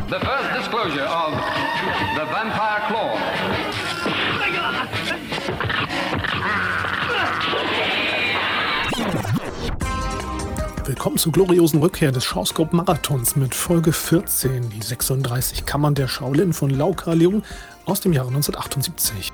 The first disclosure of the vampire claw. Willkommen zur gloriosen Rückkehr des Shawscope-Marathons mit Folge 14, die 36 Kammern der Shaolin von Lau Kar-leung aus dem Jahre 1978.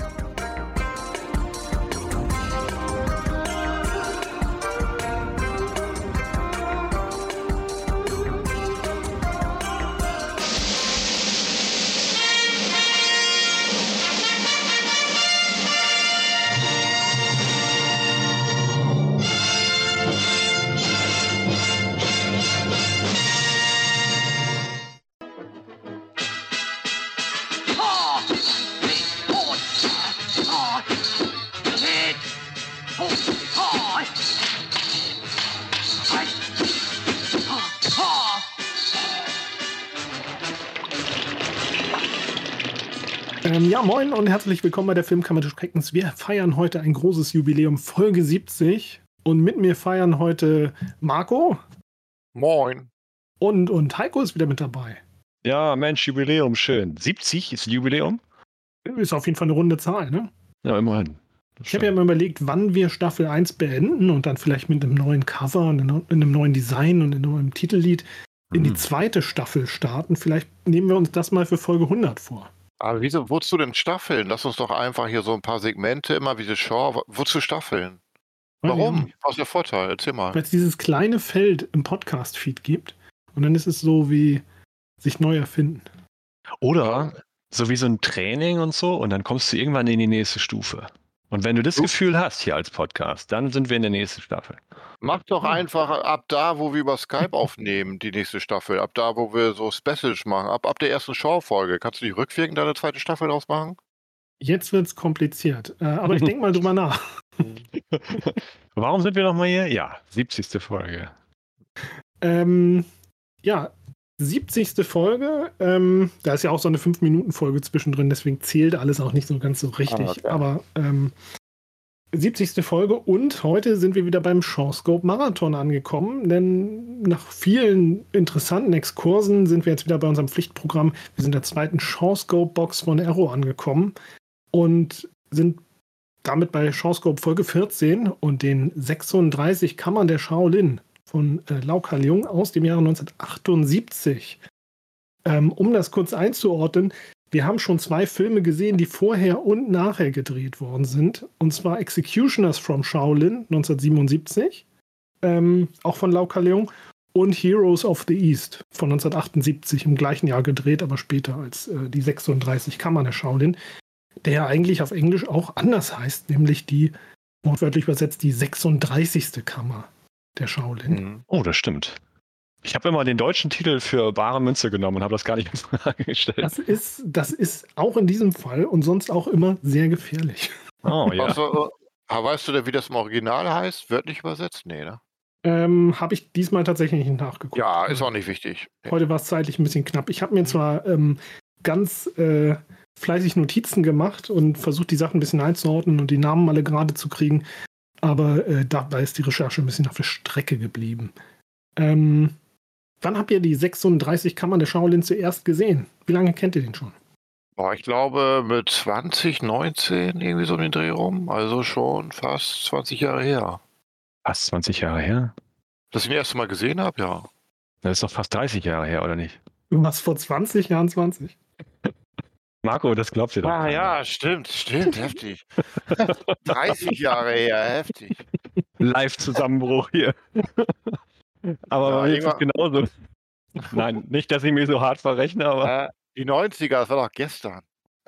Ja, moin und herzlich willkommen bei der Filmkammer des Schreckens. Wir feiern heute ein großes Jubiläum, Folge 70. Und mit mir feiern heute Marco. Moin. Und Heiko ist wieder mit dabei. Ja, Mensch, Jubiläum, schön. 70 ist ein Jubiläum? Ist auf jeden Fall eine runde Zahl, ne? Ja, immerhin. Ich habe ja mal überlegt, wann wir Staffel 1 beenden und dann vielleicht mit einem neuen Cover und einem neuen Design und einem neuen Titellied in die zweite Staffel starten. Vielleicht nehmen wir uns das mal für Folge 100 vor. Aber wieso, wozu denn Staffeln? Lass uns doch einfach hier so ein paar Segmente, immer wie die Show. Wozu Staffeln? Warum? Was ist der Vorteil? Erzähl mal. Weil es dieses kleine Feld im Podcast-Feed gibt und dann ist es so wie sich neu erfinden. Oder so wie so ein Training und so und dann kommst du irgendwann in die nächste Stufe. Und wenn du das Gefühl hast hier als Podcast, dann sind wir in der nächsten Staffel. Mach doch einfach ab da, wo wir über Skype aufnehmen, die nächste Staffel. Ab da, wo wir so Specials machen. Ab der ersten Show-Folge. Kannst du nicht rückwirkend eine zweite Staffel draus machen? Jetzt wird's kompliziert. Aber ich denke mal drüber nach. Warum sind wir nochmal hier? Ja, 70. Folge. Ja, 70. Folge. Da ist ja auch so eine 5-Minuten-Folge zwischendrin, deswegen zählt alles auch nicht so ganz so richtig. Okay. Aber 70. Folge und heute sind wir wieder beim Shawscope-Marathon angekommen, denn nach vielen interessanten Exkursen sind wir jetzt wieder bei unserem Pflichtprogramm. Wir sind in der zweiten Shawscope-Box von Arrow angekommen und sind damit bei Shawscope Folge 14 und den 36 Kammern der Shaolin von Lau Kar-leung aus dem Jahre 1978. Um das kurz einzuordnen, wir haben schon 2 Filme gesehen, die vorher und nachher gedreht worden sind. Und zwar Executioners from Shaolin 1977, auch von Lau Kar-leung, und Heroes of the East von 1978, im gleichen Jahr gedreht, aber später als die 36 Kammern der Shaolin, der ja eigentlich auf Englisch auch anders heißt, nämlich die, wortwörtlich übersetzt, die 36. Kammer der Shaolin. Oh, das stimmt. Ich habe immer den deutschen Titel für bare Münze genommen und habe das gar nicht in Frage gestellt. Das ist auch in diesem Fall und sonst auch immer sehr gefährlich. Oh, ja. Also, weißt du denn, wie das im Original heißt? Wörtlich übersetzt? Nee, ne? Habe ich diesmal tatsächlich nicht nachgeguckt. Ja, ist auch nicht wichtig. Nee. Heute war es zeitlich ein bisschen knapp. Ich habe mir zwar ganz fleißig Notizen gemacht und versucht, die Sachen ein bisschen einzuordnen und die Namen alle gerade zu kriegen, aber dabei ist die Recherche ein bisschen auf der Strecke geblieben. Wann habt ihr die 36 Kammern der Shaolin zuerst gesehen? Wie lange kennt ihr den schon? Boah, ich glaube mit 2019 irgendwie so um den Dreh rum. Also schon fast 20 Jahre her. Fast 20 Jahre her? Dass ich ihn das erste Mal gesehen habe, ja. Das ist doch fast 30 Jahre her, oder nicht? Du warst vor 20 Jahren 20. Marco, das glaubst du doch. Ah ja, stimmt, heftig. 30 Jahre her, heftig. Live-Zusammenbruch hier. Aber Ja, bei mir ist es genauso. Nein, nicht, dass ich mich so hart verrechne, aber... Die 90er, das war doch gestern.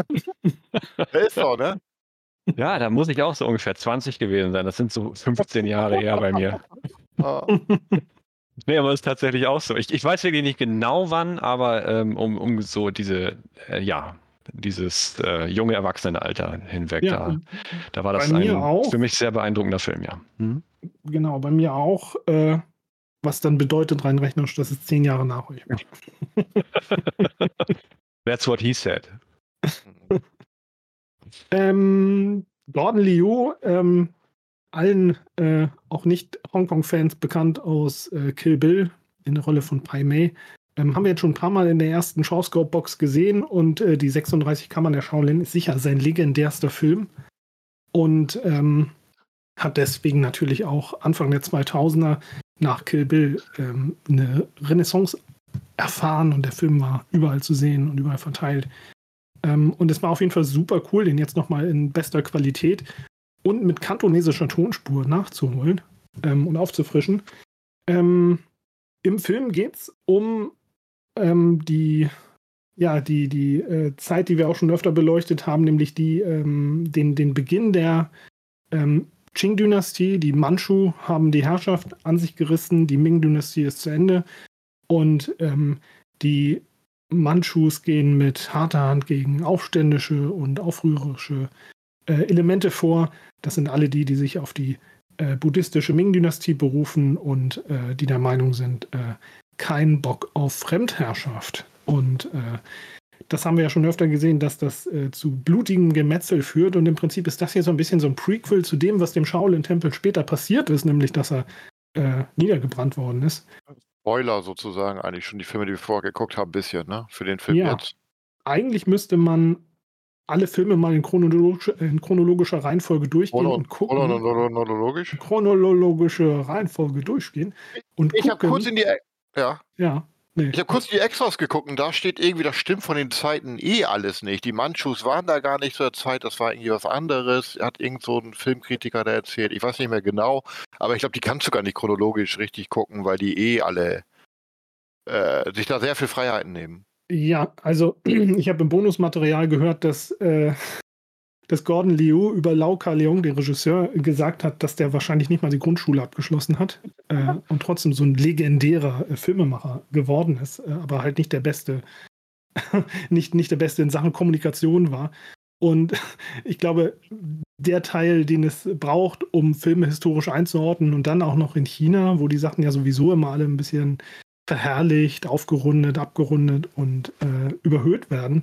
Das ist so, ne? Ja, da muss ich auch so ungefähr 20 gewesen sein. Das sind so 15 Jahre her bei mir. Nee, aber es ist tatsächlich auch so. Ich weiß wirklich nicht genau wann, aber um so dieses junge Erwachsenenalter hinweg, Ja, da war das bei mir ein auch. für mich sehr beeindruckender Film, ja. Mhm. Genau, bei mir auch. Was dann bedeutet rein rechnerisch, dass es 10 Jahre nach euch war. That's what he said. Gordon Liu, allen auch nicht Hongkong-Fans bekannt aus Kill Bill in der Rolle von Pai Mei. Haben wir jetzt schon ein paar Mal in der ersten Shawscope-Box gesehen und die 36 Kammern der Shaolin ist sicher sein legendärster Film und hat deswegen natürlich auch Anfang der 2000er nach Kill Bill eine Renaissance erfahren und der Film war überall zu sehen und überall verteilt. Und es war auf jeden Fall super cool, den jetzt nochmal in bester Qualität und mit kantonesischer Tonspur nachzuholen und aufzufrischen. Im Film geht es um die Zeit, die wir auch schon öfter beleuchtet haben, nämlich den Beginn der Qing-Dynastie. Die Mandschu haben die Herrschaft an sich gerissen, die Ming-Dynastie ist zu Ende und die Mandschus gehen mit harter Hand gegen aufständische und aufrührerische Elemente vor. Das sind alle die sich auf die buddhistische Ming-Dynastie berufen und die der Meinung sind, kein Bock auf Fremdherrschaft. Und das haben wir ja schon öfter gesehen, dass das zu blutigem Gemetzel führt. Und im Prinzip ist das hier so ein bisschen so ein Prequel zu dem, was dem Shaolin-Tempel später passiert ist, nämlich dass er niedergebrannt worden ist. Spoiler sozusagen, eigentlich schon die Filme, die wir vorher geguckt haben, ein bisschen, ne? Für den Film Ja. jetzt. Eigentlich müsste man alle Filme mal in chronologischer Reihenfolge durchgehen und gucken. Chronologisch? Chronologische Reihenfolge durchgehen und Ich habe gucken. kurz in die Nee. Ich habe kurz in die Extras geguckt und da steht irgendwie, das stimmt von den Zeiten alles nicht. Die Mandschus waren da gar nicht zur Zeit, das war irgendwie was anderes. Hat irgend so ein Filmkritiker da erzählt, ich weiß nicht mehr genau, aber ich glaube, die kannst du gar nicht chronologisch richtig gucken, weil die alle sich da sehr viel Freiheiten nehmen. Ja, also ich habe im Bonusmaterial gehört, dass Gordon Liu über Lau Ka-leong, den Regisseur, gesagt hat, dass der wahrscheinlich nicht mal die Grundschule abgeschlossen hat und trotzdem so ein legendärer Filmemacher geworden ist, aber halt nicht der Beste, nicht der Beste in Sachen Kommunikation war. Und ich glaube, der Teil, den es braucht, um Filme historisch einzuordnen und dann auch noch in China, wo die Sachen ja sowieso immer alle ein bisschen verherrlicht, aufgerundet, abgerundet und überhöht werden,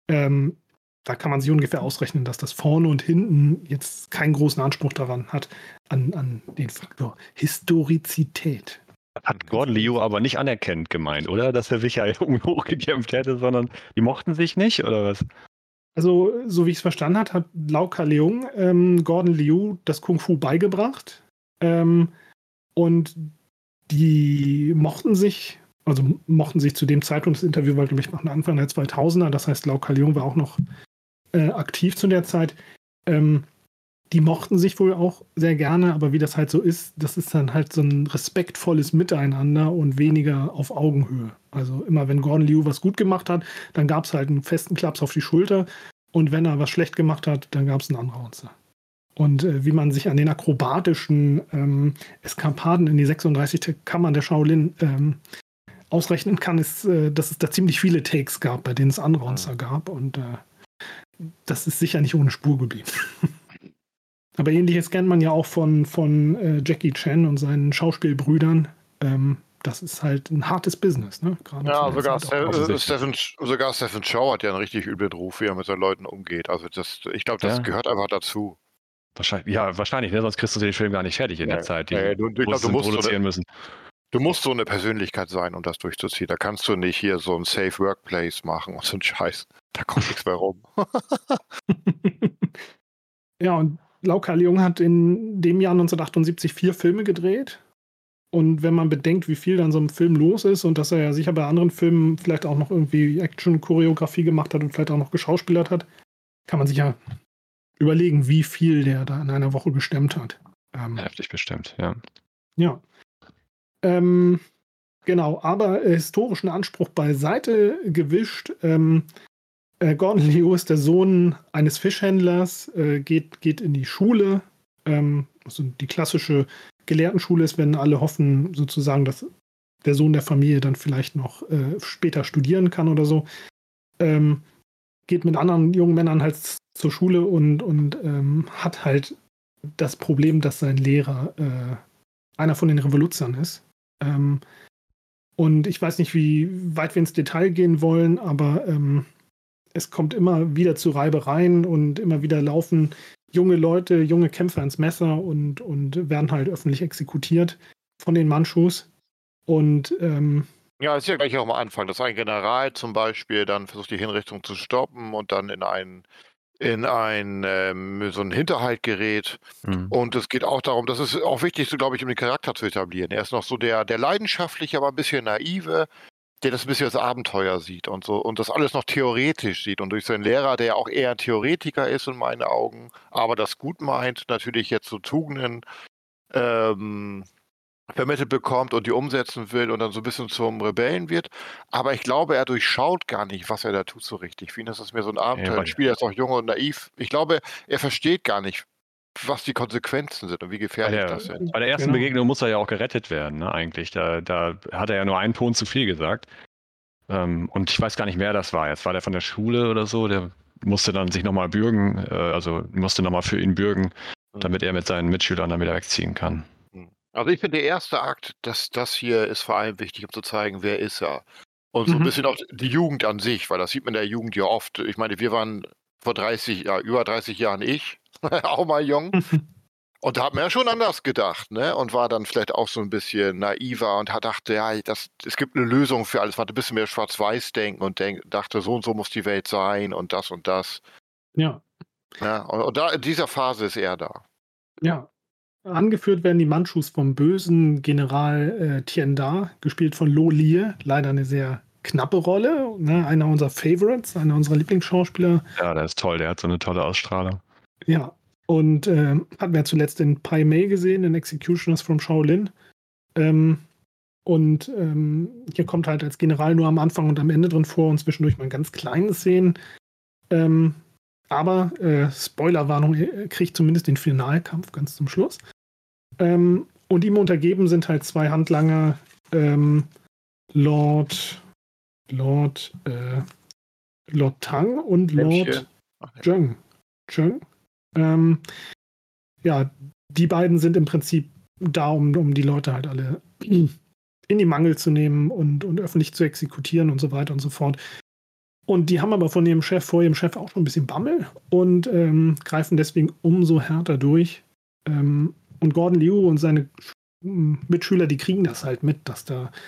da kann man sich ungefähr ausrechnen, dass das vorne und hinten jetzt keinen großen Anspruch daran hat, an den Faktor Historizität. Hat Gordon Liu aber nicht anerkennend gemeint, oder? Dass er sich ja hochgekämpft hätte, sondern die mochten sich nicht, oder was? Also, so wie ich es verstanden habe, hat Lau Ka-leong Gordon Liu das Kung Fu beigebracht. Und die mochten sich zu dem Zeitpunkt, das Interview war, glaube ich, noch Anfang der 2000er, das heißt, Lau Ka-leong war auch noch aktiv zu der Zeit. Die mochten sich wohl auch sehr gerne, aber wie das halt so ist, das ist dann halt so ein respektvolles Miteinander und weniger auf Augenhöhe. Also immer, wenn Gordon Liu was gut gemacht hat, dann gab es halt einen festen Klaps auf die Schulter und wenn er was schlecht gemacht hat, dann gab es einen Anraunzer. Und wie man sich an den akrobatischen Eskapaden in die 36 Kammern der Shaolin ausrechnen kann, ist, dass es da ziemlich viele Takes gab, bei denen es Anraunzer gab und das ist sicher nicht ohne Spur geblieben. Aber Ähnliches kennt man ja auch von Jackie Chan und seinen Schauspielbrüdern. Das ist halt ein hartes Business, ne? Gerade Ja, zu der Zeit sogar Stephen Chow hat ja einen richtig üblen Ruf, wie er mit seinen Leuten umgeht. Also ich glaube, das gehört einfach dazu. Wahrscheinlich, ne? Sonst kriegst du den Film gar nicht fertig in der Zeit, die du musst produzieren müssen. Du musst so eine Persönlichkeit sein, um das durchzuziehen. Da kannst du nicht hier so ein Safe Workplace machen und so ein Scheiß. Da kommt nichts mehr rum. Ja, und Lau Ka-leong hat in dem Jahr 1978 4 Filme gedreht. Und wenn man bedenkt, wie viel dann so ein Film los ist und dass er ja sicher bei anderen Filmen vielleicht auch noch irgendwie Action-Choreografie gemacht hat und vielleicht auch noch geschauspielert hat, kann man sich ja überlegen, wie viel der da in einer Woche gestemmt hat. Heftig bestimmt, ja. Ja. Genau, aber historischen Anspruch beiseite gewischt. Gordon Liu ist der Sohn eines Fischhändlers, geht in die Schule. Also die klassische Gelehrtenschule ist, wenn alle hoffen, sozusagen, dass der Sohn der Familie dann vielleicht noch später studieren kann oder so. Geht mit anderen jungen Männern halt zur Schule und hat halt das Problem, dass sein Lehrer einer von den Revoluzern ist. Und ich weiß nicht, wie weit wir ins Detail gehen wollen, aber es kommt immer wieder zu Reibereien und immer wieder laufen junge Leute, junge Kämpfer ins Messer und werden halt öffentlich exekutiert von den Mandschus. Und Ja, ist ja gleich auch am Anfang, dass ein General zum Beispiel dann versucht, die Hinrichtung zu stoppen und dann in so 'n Hinterhalt gerät. Mhm. Und es geht auch darum, das ist auch wichtig, so glaube ich, um den Charakter zu etablieren. Er ist noch so der leidenschaftliche, aber 'n bisschen naive, der das 'n bisschen als Abenteuer sieht und so und das alles noch theoretisch sieht. Und durch seinen Lehrer, der ja auch eher 'n Theoretiker ist in meinen Augen, aber das gut meint, natürlich jetzt so Tugenden, ähm vermittelt bekommt und die umsetzen will und dann so 'n bisschen zum Rebellen wird. Aber ich glaube, er durchschaut gar nicht, was er da tut so richtig. Für ihn ist das mehr so 'n Ja, Abenteuer. 'N weil Spieler ist auch jung und naiv. Ich glaube, er versteht gar nicht, was die Konsequenzen sind und wie bei gefährlich das der sind. bei der ersten Genau. Begegnung muss er ja auch gerettet werden, ne, eigentlich. Da hat er ja nur einen Ton zu viel gesagt. Und ich weiß gar nicht, wer das war. Jetzt war der von der Schule oder so, der musste dann sich noch mal bürgen, also musste noch mal für ihn bürgen, Mhm. damit er mit seinen Mitschülern dann wieder wegziehen kann. Mhm. Also, ich finde, der erste Akt, das hier ist vor allem wichtig, um zu zeigen, wer ist er? Und so 'n Mhm. bisschen auch die Jugend an sich, weil das sieht man in der Jugend ja oft. Ich meine, wir waren vor 30 über 30 Jahren auch mal jung. Und da hat man ja schon anders gedacht, ne? Und war dann vielleicht auch so 'n bisschen naiver und dachte, ja, es gibt 'ne Lösung für alles. Man hatte 'n bisschen mehr Schwarz-Weiß-Denken und dachte, so und so muss die Welt sein und das und das. Ja, Ja, und da in dieser Phase ist er da. ja. Angeführt werden die Mandschus vom bösen General Tien Da, gespielt von Lo Lie. Leider eine sehr knappe Rolle. Ne? Einer unserer Favorites, einer unserer Lieblingsschauspieler. Ja, der ist toll, der hat so eine tolle Ausstrahlung. Ja. Und hatten wir zuletzt in Pai Mei gesehen, in Executioners from Shaolin. Hier kommt halt als General nur am Anfang und am Ende drin vor und zwischendurch mal ganz kleine Szenen. Aber Spoilerwarnung, er kriegt zumindest den Finalkampf ganz zum Schluss. Und ihm untergeben sind halt zwei Handlanger, Lord Tang und Lord Männchen. Ach ja. Zheng. Ja, die beiden sind im Prinzip da, um die Leute halt alle in die Mangel zu nehmen und öffentlich zu exekutieren und so weiter und so fort. Und die haben aber vor ihrem Chef auch schon ein bisschen Bammel und greifen deswegen umso härter durch. Und Gordon Liu und seine Mitschüler, die kriegen das halt mit, dass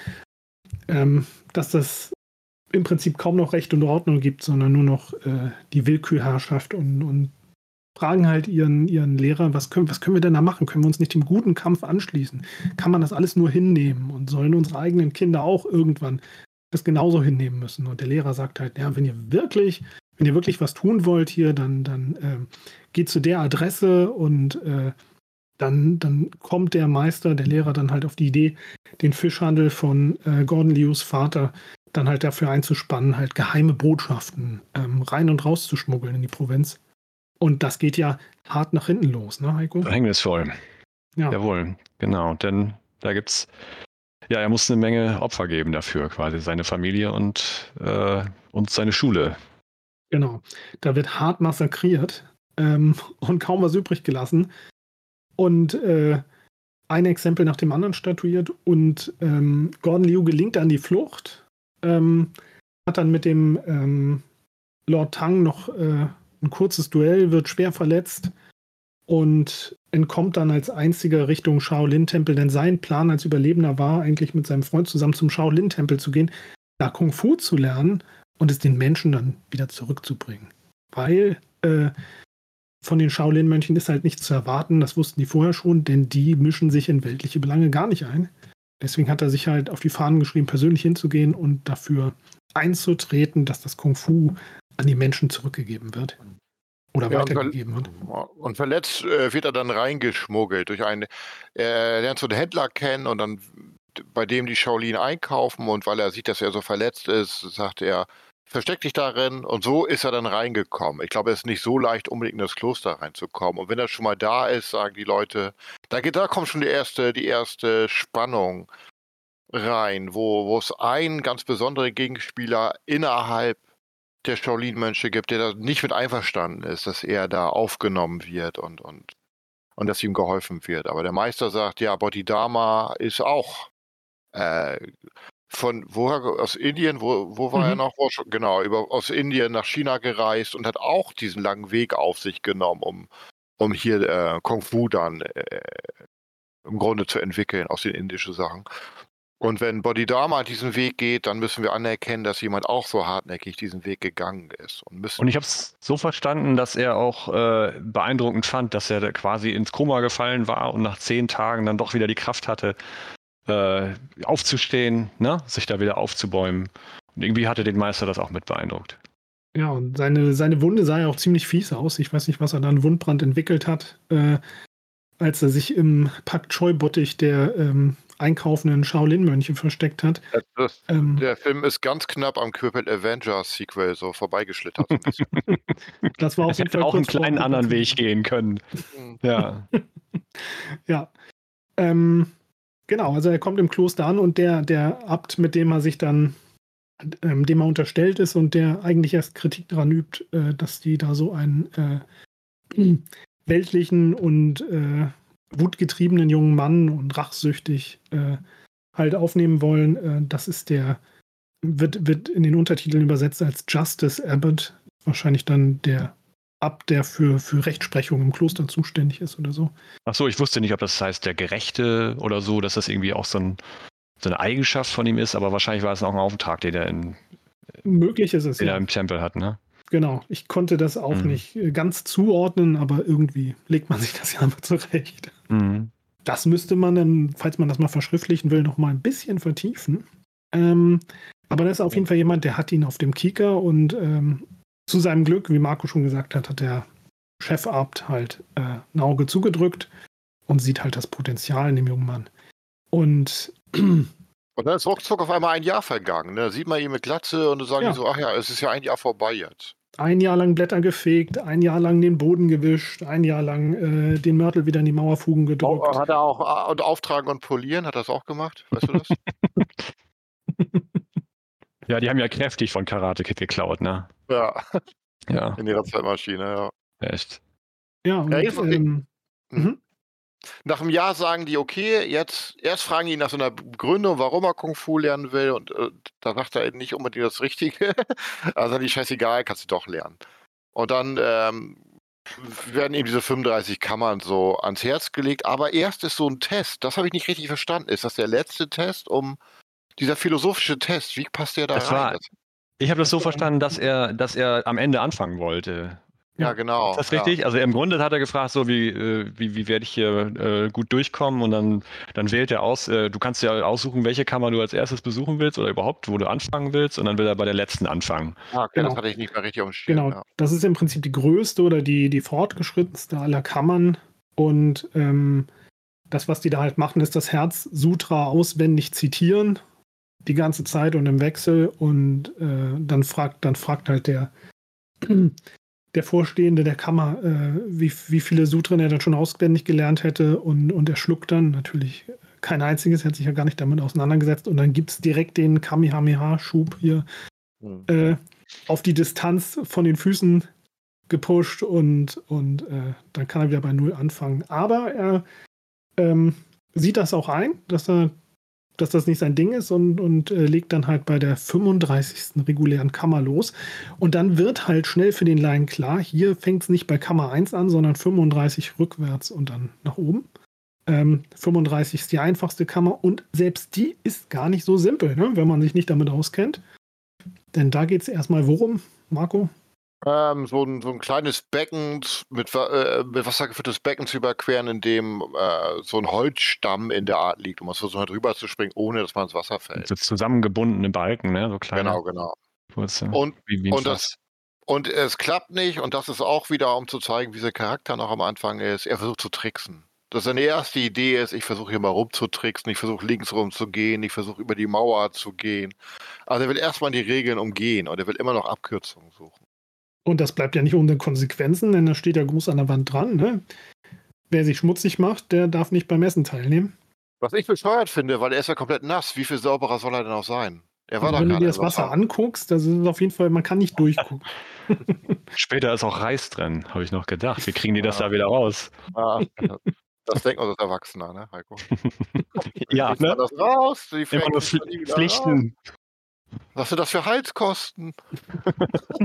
das im Prinzip kaum noch Recht und Ordnung gibt, sondern nur noch die Willkürherrschaft und fragen halt ihren Lehrer, was können wir denn da machen? Können wir uns nicht dem guten Kampf anschließen? Kann man das alles nur hinnehmen? Und sollen unsere eigenen Kinder auch irgendwann das genauso hinnehmen müssen? Und der Lehrer sagt halt, ja, wenn ihr wirklich was tun wollt hier, dann geht zu der Adresse und dann kommt der Meister, der Lehrer, dann halt auf die Idee, den Fischhandel von Gordon Lius Vater dann halt dafür einzuspannen, halt geheime Botschaften rein und raus zu schmuggeln in die Provinz. Und das geht ja hart nach hinten los, ne, Heiko? Verhängnisvoll. Ja. Jawohl, genau. Denn da gibt's, ja, er muss eine Menge Opfer geben dafür, quasi seine Familie und seine Schule. Genau. Da wird hart massakriert und kaum was übrig gelassen. Und ein Exempel nach dem anderen statuiert. Und Gordon Liu gelingt dann die Flucht. Hat dann mit dem Lord Tang noch ein kurzes Duell, wird schwer verletzt und entkommt dann als einziger Richtung Shaolin-Tempel, denn sein Plan als Überlebender war eigentlich mit seinem Freund zusammen zum Shaolin-Tempel zu gehen, da Kung Fu zu lernen und es den Menschen dann wieder zurückzubringen. Weil von den Shaolin-Mönchen ist halt nichts zu erwarten, das wussten die vorher schon, denn die mischen sich in weltliche Belange gar nicht ein. Deswegen hat er sich halt auf die Fahnen geschrieben, persönlich hinzugehen und dafür einzutreten, dass das Kung Fu an die Menschen zurückgegeben wird. Oder Ja, weitergegeben wird. und verletzt wird er dann reingeschmuggelt durch er lernt so einen Händler kennen und dann bei dem die Shaolin einkaufen und weil er sieht, dass er so verletzt ist, sagt er, versteck dich darin und so ist er dann reingekommen. Ich glaube, es ist nicht so leicht, unbedingt in das Kloster reinzukommen. Und wenn er schon mal da ist, sagen die Leute, da kommt schon die erste Spannung rein, wo es einen ganz besonderen Gegenspieler innerhalb der Shaolin-Mönche gibt, der da nicht mit einverstanden ist, dass er da aufgenommen wird und dass ihm geholfen wird. Aber der Meister sagt, ja, Bodhidharma ist auch von woher, aus Indien, wo war er noch? Genau, aus Indien nach China gereist und hat auch diesen langen Weg auf sich genommen, um hier Kung Fu dann im Grunde zu entwickeln aus den indischen Sachen. Und wenn Bodhidharma diesen Weg geht, dann müssen wir anerkennen, dass jemand auch so hartnäckig diesen Weg gegangen ist. Und ich habe es so verstanden, dass er auch beeindruckend fand, dass er da quasi ins Koma gefallen war und nach 10 Tagen dann doch wieder die Kraft hatte, aufzustehen, ne? Sich da wieder aufzubäumen. Und irgendwie hatte den Meister das auch mit beeindruckt. Ja, und seine Wunde sah ja auch ziemlich fies aus. Ich weiß nicht, was er da an Wundbrand entwickelt hat, als er sich im Pak Choi-Bottich der einkaufenden Shaolin-Mönche versteckt hat. Der Film ist ganz knapp am Crippled Avengers-Sequel so vorbeigeschlittert. So ein bisschen. Das war auf jeden Fall auch einen kurz vor kleinen anderen Weg Publikum. gehen können. Ja. Ja. Genau, also er kommt im Kloster an und der Abt, mit dem er sich dann, dem er unterstellt ist und der eigentlich erst Kritik daran übt, dass die da so einen weltlichen und wutgetriebenen jungen Mann und rachsüchtig halt aufnehmen wollen. Das ist wird in den Untertiteln übersetzt als Justice Abbot. Wahrscheinlich dann der Abt, der für Rechtsprechung im Kloster zuständig ist oder so. Achso, ich wusste nicht, ob das heißt der Gerechte oder so, dass das irgendwie auch so eine Eigenschaft von ihm ist, aber wahrscheinlich war es auch ein Auftrag, den er Möglich ist es, er im Tempel hat, ne? Genau, ich konnte das auch nicht ganz zuordnen, aber irgendwie legt man sich das ja mal zurecht. Mhm. Das müsste man dann, falls man das mal verschriftlichen will, noch mal ein bisschen vertiefen. Aber da ist auf jeden Fall jemand, der hat ihn auf dem Kieker und zu seinem Glück, wie Marco schon gesagt hat, hat der Chefabt halt ein Auge zugedrückt und sieht halt das Potenzial in dem jungen Mann. Und dann ist ruckzuck auf einmal ein Jahr vergangen. Ne? Sieht man ihn mit Glatze und dann sagen die so, ach ja, es ist ja ein Jahr vorbei jetzt. ein Jahr lang Blätter gefegt, ein Jahr lang den Boden gewischt, ein Jahr lang den Mörtel wieder in die Mauerfugen gedrückt. Hat er auch und Auftragen und Polieren, hat er das auch gemacht? Weißt du das? Ja, die haben ja kräftig von Karate Kid geklaut, ne? Ja, Ja, in ihrer Zeitmaschine, ja. echt. Ja, und Nach einem Jahr sagen die, okay, erst fragen die ihn nach so einer Begründung, warum er Kung Fu lernen will und da sagt er nicht unbedingt das Richtige. Also die scheißegal, kannst du doch lernen. Und dann werden ihm diese 35 Kammern so ans Herz gelegt, aber erst ist so ein Test, das habe ich nicht richtig verstanden. Ist das der letzte Test, dieser philosophische Test, wie passt der da rein? Ich habe das so verstanden, dass er am Ende anfangen wollte. Ja, genau. Ist das richtig? Ja. Also im Grunde hat er gefragt, so wie werde ich hier gut durchkommen und dann wählt er aus, du kannst ja aussuchen, welche Kammer du als erstes besuchen willst oder überhaupt, wo du anfangen willst und dann will er bei der letzten anfangen. Okay, genau. Das hatte ich nicht mehr richtig auf dem Schirm. Genau, das ist im Prinzip die größte oder die fortgeschrittenste aller Kammern und das, was die da halt machen, ist das Herz-Sutra auswendig zitieren, die ganze Zeit und im Wechsel und dann fragt halt der Vorstehende der Kammer, wie viele Sutren er dann schon auswendig gelernt hätte und er schluckt dann natürlich kein einziges, er hat sich ja gar nicht damit auseinandergesetzt und dann gibt es direkt den Kamehameha-Schub hier auf die Distanz von den Füßen gepusht und dann kann er wieder bei Null anfangen. Aber er sieht das auch ein, dass das nicht sein Ding ist und legt dann halt bei der 35. regulären Kammer los. Und dann wird halt schnell für den Laien klar, hier fängt es nicht bei Kammer 1 an, sondern 35 rückwärts und dann nach oben. 35 ist die einfachste Kammer und selbst die ist gar nicht so simpel, ne, wenn man sich nicht damit auskennt. Denn da geht es erstmal worum, Marco? So ein kleines Becken mit Wasser gefülltes Becken zu überqueren, in dem so ein Holzstamm in der Art liegt, um man versucht drüber zu springen, ohne dass man ins Wasser fällt. So zusammengebundene Balken, ne? So kleine. Genau. Kurze, und es klappt nicht und das ist auch wieder, um zu zeigen, wie sein Charakter noch am Anfang ist. Er versucht zu tricksen. Dass seine erste Idee ist, ich versuche hier mal rumzutricksen, ich versuche links rum zu gehen, ich versuche über die Mauer zu gehen. Also er will erstmal die Regeln umgehen und er will immer noch Abkürzungen suchen. Und das bleibt ja nicht ohne Konsequenzen, denn da steht ja groß an der Wand dran, ne? Wer sich schmutzig macht, der darf nicht beim Essen teilnehmen. Was ich bescheuert finde, weil er ist ja komplett nass. Wie viel sauberer soll er denn auch sein? Er war Also doch wenn du gar dir nicht das Wasser anguckst, das ist auf jeden Fall, man kann nicht durchgucken. Später ist auch Reis drin, habe ich noch gedacht. Wie kriegen die das da wieder raus? Das denkt man als Erwachsener, ne, Heiko? Ja, ne? Das raus, die Immer nur Pflichten. Raus. Was sind das für Halskosten?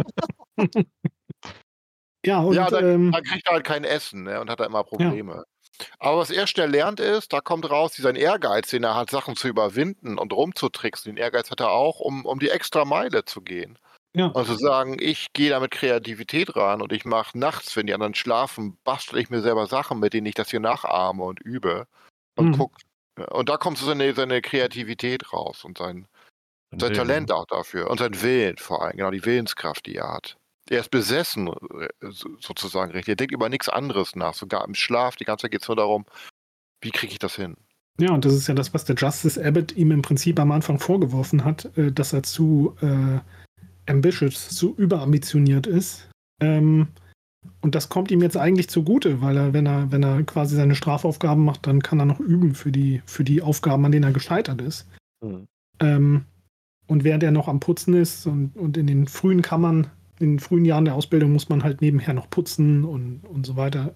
Ja, und dann kriegt er halt kein Essen, ne, und hat da immer Probleme. Aber was er schnell lernt ist, da kommt raus, sein Ehrgeiz, den er hat, Sachen zu überwinden und rumzutricksen. Den Ehrgeiz hat er auch, um die extra Meile zu gehen. Ja. Und zu sagen, ich gehe da mit Kreativität ran und ich mache nachts, wenn die anderen schlafen, bastel ich mir selber Sachen, mit denen ich das hier nachahme und übe. Und guck. Und da kommt so seine Kreativität raus und sein Talent auch dafür. Und sein Willen vor allem, genau, die Willenskraft, die er hat. Er ist besessen, sozusagen, richtig. Er denkt über nichts anderes nach. Sogar im Schlaf, die ganze Zeit geht es nur darum, wie kriege ich das hin? Ja, und das ist ja das, was der Justice Abbott ihm im Prinzip am Anfang vorgeworfen hat, dass er zu ambitious, zu überambitioniert ist. Und das kommt ihm jetzt eigentlich zugute, weil er, wenn er quasi seine Strafaufgaben macht, dann kann er noch üben für die Aufgaben, an denen er gescheitert ist. Und während er noch am Putzen ist und in den frühen Kammern, in den frühen Jahren der Ausbildung muss man halt nebenher noch putzen und so weiter.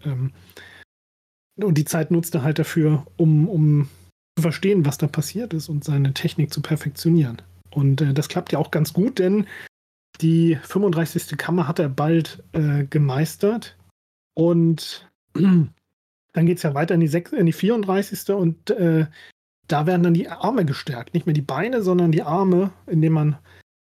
Und die Zeit nutzt er halt dafür, um zu verstehen, was da passiert ist und seine Technik zu perfektionieren. Und das klappt ja auch ganz gut, denn die 35. Kammer hat er bald gemeistert. Und dann geht es ja weiter in die 34. Und da werden dann die Arme gestärkt. Nicht mehr die Beine, sondern die Arme, indem man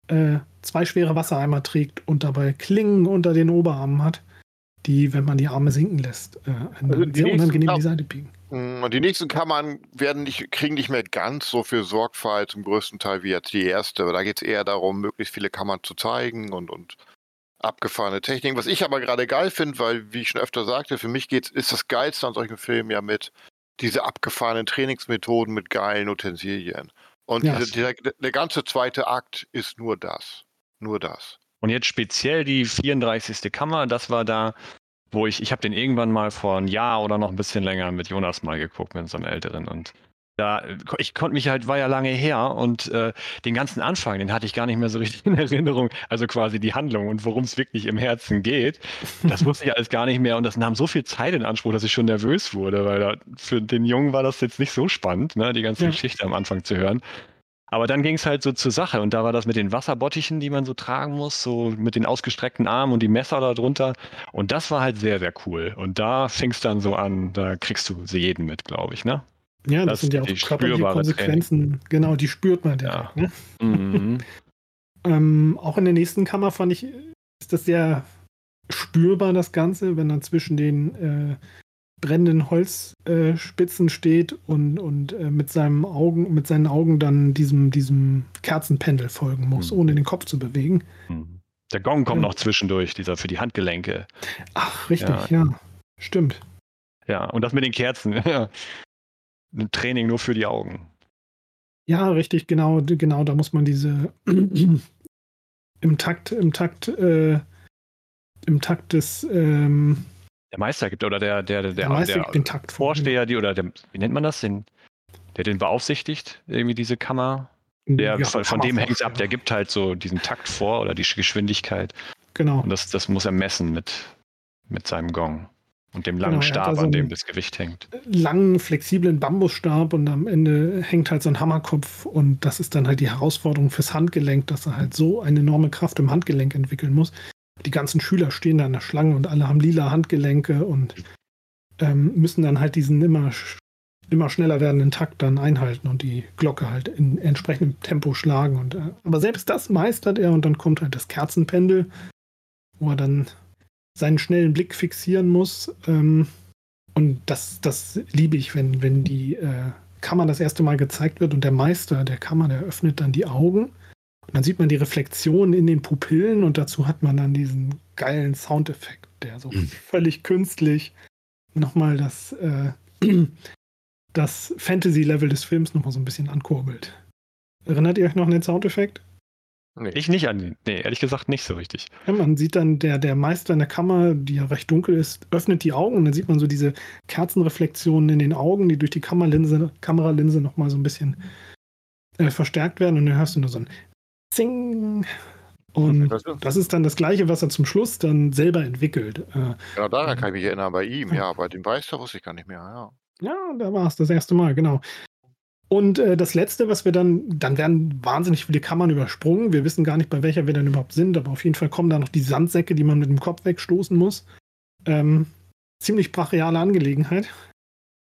2 schwere Wassereimer trägt und dabei Klingen unter den Oberarmen hat, die, wenn man die Arme sinken lässt, sehr unangenehm die Seite biegen. Und die nächsten Kammern kriegen nicht mehr ganz so viel Sorgfalt zum größten Teil wie jetzt die erste. Da geht es eher darum, möglichst viele Kammern zu zeigen und abgefahrene Techniken. Was ich aber gerade geil finde, weil, wie ich schon öfter sagte, für mich ist das Geilste an solchen Filmen ja mit diese abgefahrenen Trainingsmethoden mit geilen Utensilien. Und Ja. der ganze zweite Akt ist nur das. Nur das. Und jetzt speziell die 34. Kammer, das war da, wo ich habe den irgendwann mal vor einem Jahr oder noch ein bisschen länger mit Jonas mal geguckt, mit so einem Älteren. Und da, ich konnte mich halt, war ja lange her und den ganzen Anfang, den hatte ich gar nicht mehr so richtig in Erinnerung. Also quasi die Handlung und worum es wirklich im Herzen geht. Das wusste ich alles gar nicht mehr und das nahm so viel Zeit in Anspruch, dass ich schon nervös wurde, weil für den Jungen war das jetzt nicht so spannend, ne, die ganze Geschichte am Anfang zu hören. Aber dann ging es halt so zur Sache und da war das mit den Wasserbottichen, die man so tragen muss, so mit den ausgestreckten Armen und die Messer da drunter. Und das war halt sehr, sehr cool. Und da fing es dann so an, da kriegst du sie jeden mit, glaube ich, ne? Ja, das sind ja auch körperliche Konsequenzen. Training. Genau, die spürt man direkt. Ja. Ne? Auch in der nächsten Kammer fand ich, ist das sehr spürbar, das Ganze, wenn dann zwischen den brennenden Holzspitzen steht und mit seinen Augen dann diesem Kerzenpendel folgen muss, ohne den Kopf zu bewegen. Der Gong kommt noch zwischendurch, dieser für die Handgelenke. Ach, richtig, ja. Stimmt. Ja, und das mit den Kerzen. Ein Training nur für die Augen. Ja, richtig, genau, da muss man diese im Takt des der Meister gibt oder der den Takt Vorsteher, wie nennt man das, der den beaufsichtigt, irgendwie diese Kammer. Von dem hängt es ab, der gibt halt so diesen Takt vor oder die Geschwindigkeit. Genau. Und das muss er messen mit seinem Gong und dem langen Stab, an dem das Gewicht hängt. Langen, flexiblen Bambusstab und am Ende hängt halt so ein Hammerkopf und das ist dann halt die Herausforderung fürs Handgelenk, dass er halt so eine enorme Kraft im Handgelenk entwickeln muss. Die ganzen Schüler stehen da in der Schlange und alle haben lila Handgelenke und müssen dann halt diesen immer schneller werdenden Takt dann einhalten und die Glocke halt in entsprechendem Tempo schlagen. Aber selbst das meistert er und dann kommt halt das Kerzenpendel, wo er dann seinen schnellen Blick fixieren muss. Und das liebe ich, wenn die Kammer das erste Mal gezeigt wird und der Meister der Kammer, der öffnet dann die Augen. Und dann sieht man die Reflexion in den Pupillen und dazu hat man dann diesen geilen Soundeffekt, der so völlig künstlich nochmal das Fantasy-Level des Films nochmal so ein bisschen ankurbelt. Erinnert ihr euch noch an den Soundeffekt? Nee. Ich nicht an den. Nee, ehrlich gesagt nicht so richtig. Ja, man sieht dann, der Meister in der Kammer, die ja recht dunkel ist, öffnet die Augen und dann sieht man so diese Kerzenreflexionen in den Augen, die durch die Kameralinse nochmal so ein bisschen verstärkt werden und dann hörst du nur so ein Zing. Und das ist dann das Gleiche, was er zum Schluss dann selber entwickelt. Genau, daran kann ich mich erinnern, bei ihm, ja, bei dem Meister wusste ich gar nicht mehr, ja. Ja, da war es das erste Mal, genau. Und das Letzte, was wir dann werden wahnsinnig viele Kammern übersprungen. Wir wissen gar nicht, bei welcher wir dann überhaupt sind, aber auf jeden Fall kommen da noch die Sandsäcke, die man mit dem Kopf wegstoßen muss. Ziemlich brachiale Angelegenheit.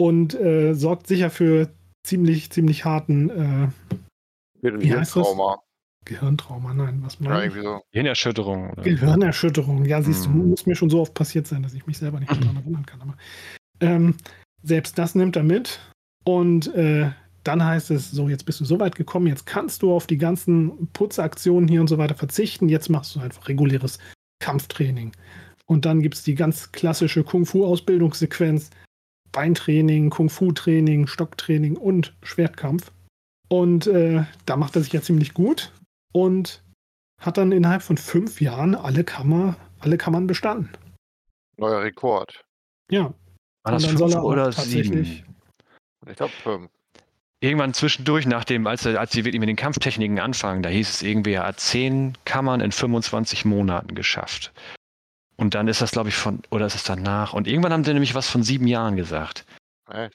und sorgt sicher für ziemlich harten wie heißt das? Gehirntrauma, nein, was Ja, meine ich? irgendwie so. Gehirnerschütterung. Oder? Gehirnerschütterung. Ja, siehst du, Mhm. muss mir schon so oft passiert sein, dass ich mich selber nicht mehr daran erinnern kann. Aber selbst das nimmt er mit und dann heißt es, so, jetzt bist du so weit gekommen, jetzt kannst du auf die ganzen Putzaktionen hier und so weiter verzichten, jetzt machst du einfach reguläres Kampftraining. Und dann gibt es die ganz klassische Kung-Fu-Ausbildungssequenz, Beintraining, Kung-Fu-Training, Stocktraining und Schwertkampf. Und da macht er sich ja ziemlich gut und hat dann innerhalb von 5 Jahren alle Kammern bestanden. Neuer Rekord. Ja. War das Und dann soll 5 er auch oder tatsächlich 7? Ich glaube 5. Irgendwann zwischendurch, als sie wirklich mit den Kampftechniken anfangen, da hieß es irgendwie, er hat 10 Kammern in 25 Monaten geschafft. Und dann ist das, glaube ich, oder ist es danach? Und irgendwann haben sie nämlich was von 7 Jahren gesagt. Ich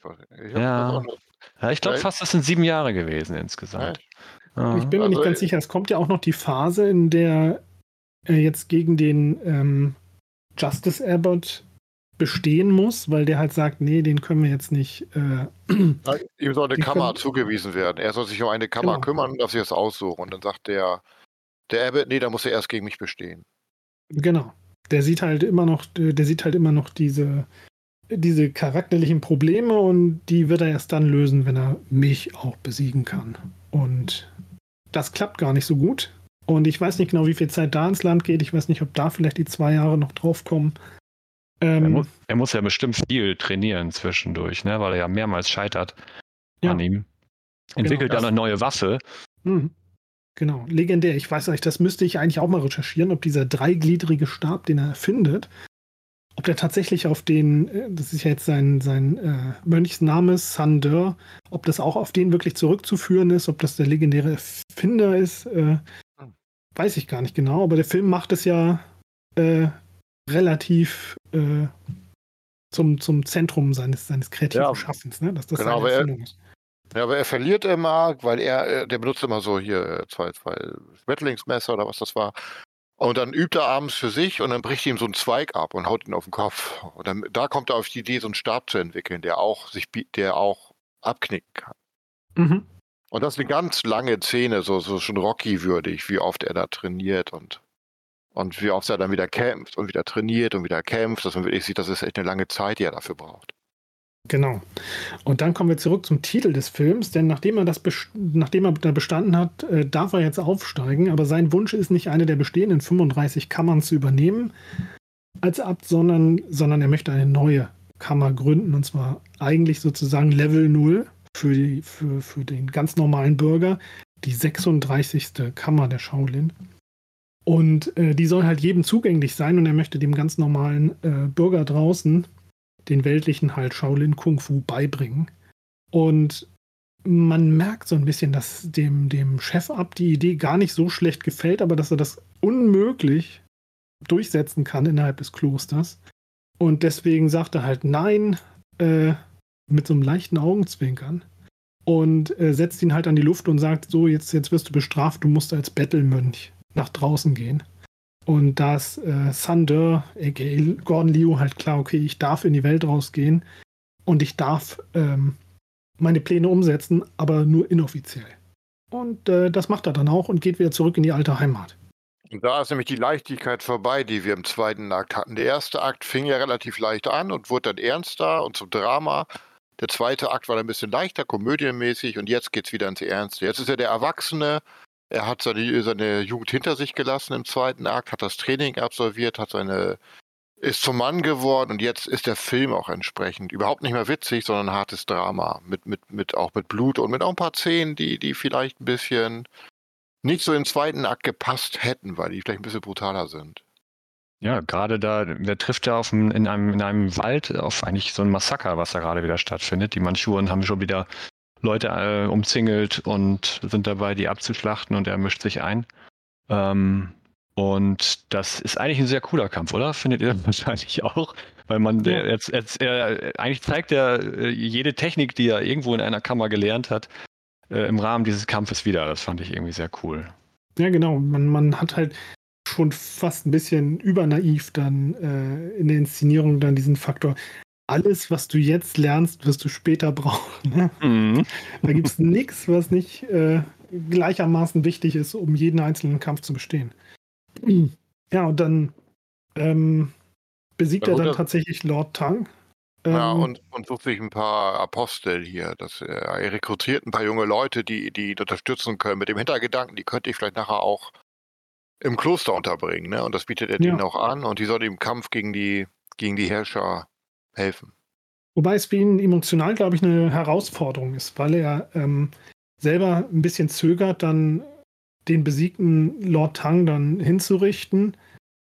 glaube fast, das sind 7 Jahre gewesen insgesamt. Ja. Ich bin mir nicht ganz sicher, es kommt ja auch noch die Phase, in der er jetzt gegen den Justice Abbott bestehen muss, weil der halt sagt, nee, den können wir jetzt nicht. Ihm soll eine Kammer zugewiesen werden. Er soll sich um eine Kammer kümmern und darf sich das aussuchen. Und dann sagt der Abbott, nee, da muss er erst gegen mich bestehen. Genau. Der sieht halt immer noch diese charakterlichen Probleme und die wird er erst dann lösen, wenn er mich auch besiegen kann. Und das klappt gar nicht so gut. Und ich weiß nicht genau, wie viel Zeit da ins Land geht. Ich weiß nicht, ob da vielleicht die 2 Jahre noch drauf kommen. Er muss ja bestimmt viel trainieren zwischendurch, ne? Weil er ja mehrmals scheitert an ihm. Entwickelt dann eine neue Waffe. Genau, legendär. Ich weiß nicht, das müsste ich eigentlich auch mal recherchieren, ob dieser dreigliedrige Stab, den er erfindet, ob der tatsächlich auf den, das ist ja jetzt sein Mönchsname, Sandor, ob das auch auf den wirklich zurückzuführen ist, ob das der legendäre Erfinder ist, weiß ich gar nicht genau. Aber der Film macht es ja relativ zum Zentrum seines kreativen Schaffens, ne? Dass das genau, seine Erfindung ist. Ja, aber er verliert immer, weil der benutzt immer so hier zwei Schmetterlingsmesser oder was das war. Und dann übt er abends für sich und dann bricht ihm so ein Zweig ab und haut ihn auf den Kopf. Und dann, da kommt er auf die Idee, so einen Stab zu entwickeln, der auch abknicken kann. Mhm. Und das ist eine ganz lange Szene, so schon Rocky-würdig, wie oft er da trainiert und wie oft er dann wieder kämpft und wieder trainiert und wieder kämpft, dass man wirklich sieht, das ist echt eine lange Zeit, die er dafür braucht. Genau. Und dann kommen wir zurück zum Titel des Films, denn nachdem er da bestanden hat, darf er jetzt aufsteigen, aber sein Wunsch ist nicht, eine der bestehenden 35 Kammern zu übernehmen als Abt, sondern er möchte eine neue Kammer gründen, und zwar eigentlich sozusagen Level 0 für den ganz normalen Bürger, die 36. Kammer der Shaolin. Und die soll halt jedem zugänglich sein und er möchte dem ganz normalen Bürger draußen den weltlichen halt Shaolin Kung Fu beibringen. Und man merkt so ein bisschen, dass dem Chefabt die Idee gar nicht so schlecht gefällt, aber dass er das unmöglich durchsetzen kann innerhalb des Klosters. Und deswegen sagt er halt nein, mit so einem leichten Augenzwinkern und setzt ihn halt an die Luft und sagt, so, jetzt wirst du bestraft, du musst als Bettelmönch nach draußen gehen. Und da ist Sandor, a.k.a. Gordon Liu, halt klar, okay, ich darf in die Welt rausgehen und ich darf meine Pläne umsetzen, aber nur inoffiziell. Und das macht er dann auch und geht wieder zurück in die alte Heimat. Und da ist nämlich die Leichtigkeit vorbei, die wir im zweiten Akt hatten. Der erste Akt fing ja relativ leicht an und wurde dann ernster und zum Drama. Der zweite Akt war dann ein bisschen leichter, komödienmäßig und jetzt geht's wieder ins Ernste. Jetzt ist er der Erwachsene. Er hat seine Jugend hinter sich gelassen im zweiten Akt, hat das Training absolviert, ist zum Mann geworden und jetzt ist der Film auch entsprechend überhaupt nicht mehr witzig, sondern ein hartes Drama. Auch mit Blut und mit auch ein paar Szenen, die vielleicht ein bisschen nicht so im zweiten Akt gepasst hätten, weil die vielleicht ein bisschen brutaler sind. Ja, gerade der trifft ja in einem Wald auf eigentlich so ein Massaker, was da gerade wieder stattfindet. Die Mandschuren haben schon wieder Leute umzingelt und sind dabei, die abzuschlachten und er mischt sich ein. Und das ist eigentlich ein sehr cooler Kampf, oder? Findet ihr wahrscheinlich auch? Weil eigentlich zeigt er jede Technik, die er irgendwo in einer Kammer gelernt hat, im Rahmen dieses Kampfes wieder. Das fand ich irgendwie sehr cool. Ja, genau. Man hat halt schon fast ein bisschen übernaiv dann in der Inszenierung dann diesen Faktor. alles, was du jetzt lernst, wirst du später brauchen. Ne? Mhm. Da gibt es nichts, was nicht gleichermaßen wichtig ist, um jeden einzelnen Kampf zu bestehen. Ja, und dann besiegt Ja, er gut, dann tatsächlich Lord Tang. Ja, und sucht sich ein paar Apostel hier. Er rekrutiert ein paar junge Leute, die ihn unterstützen können, mit dem Hintergedanken, die könnte ich vielleicht nachher auch im Kloster unterbringen. Ne? Und das bietet er denen auch an und die sollen im Kampf gegen die Herrscher helfen. Wobei es für ihn emotional, glaube ich, eine Herausforderung ist, weil er selber ein bisschen zögert, dann den besiegten Lord Tang dann hinzurichten.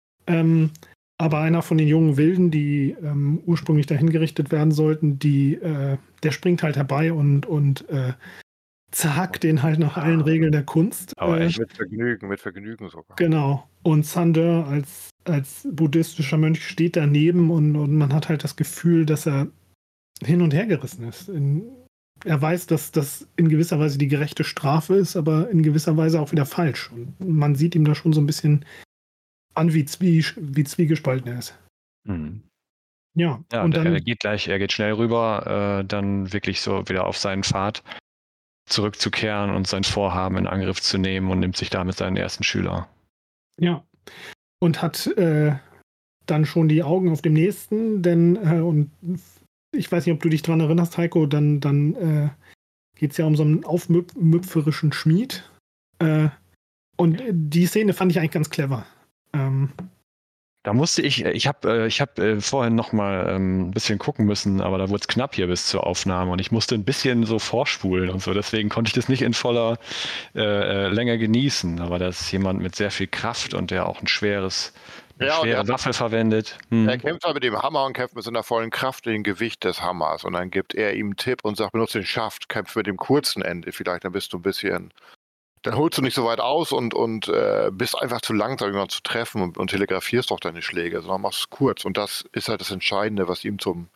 Aber einer von den jungen Wilden, die ursprünglich dahin gerichtet werden sollten, der springt halt herbei und zerhackt den halt nach allen Regeln der Kunst. Aber echt? Mit Vergnügen sogar. Genau. Und Sandor als buddhistischer Mönch steht daneben und man hat halt das Gefühl, dass er hin und her gerissen ist. Er weiß, dass das in gewisser Weise die gerechte Strafe ist, aber in gewisser Weise auch wieder falsch. Und man sieht ihm da schon so ein bisschen an, wie zwiegespalten er ist. Mhm. Ja, Ja, und dann, er geht schnell rüber, dann wirklich so wieder auf seinen Pfad zurückzukehren und sein Vorhaben in Angriff zu nehmen und nimmt sich damit seinen ersten Schüler. ja, und hat dann schon die Augen auf dem nächsten, denn und ich weiß nicht, ob du dich dran erinnerst, Heiko, dann geht es ja um so einen aufmüpferischen Schmied. Und die Szene fand ich eigentlich ganz clever. Da musste ich habe vorhin noch mal ein bisschen gucken müssen, aber da wurde es knapp hier bis zur Aufnahme und ich musste ein bisschen so vorspulen und so, deswegen konnte ich das nicht in voller Länge genießen. Aber das ist jemand mit sehr viel Kraft und der auch eine schwere Waffe verwendet. Er kämpft halt mit dem Hammer und kämpft mit seiner vollen Kraft dem Gewicht des Hammers und dann gibt er ihm einen Tipp und sagt, benutze den Schaft, kämpf mit dem kurzen Ende vielleicht, dann bist du ein bisschen... Dann holst du nicht so weit aus und bist einfach zu langsam, jemanden zu treffen und telegrafierst doch deine Schläge, sondern machst es kurz. Und das ist halt das Entscheidende, was ihm zum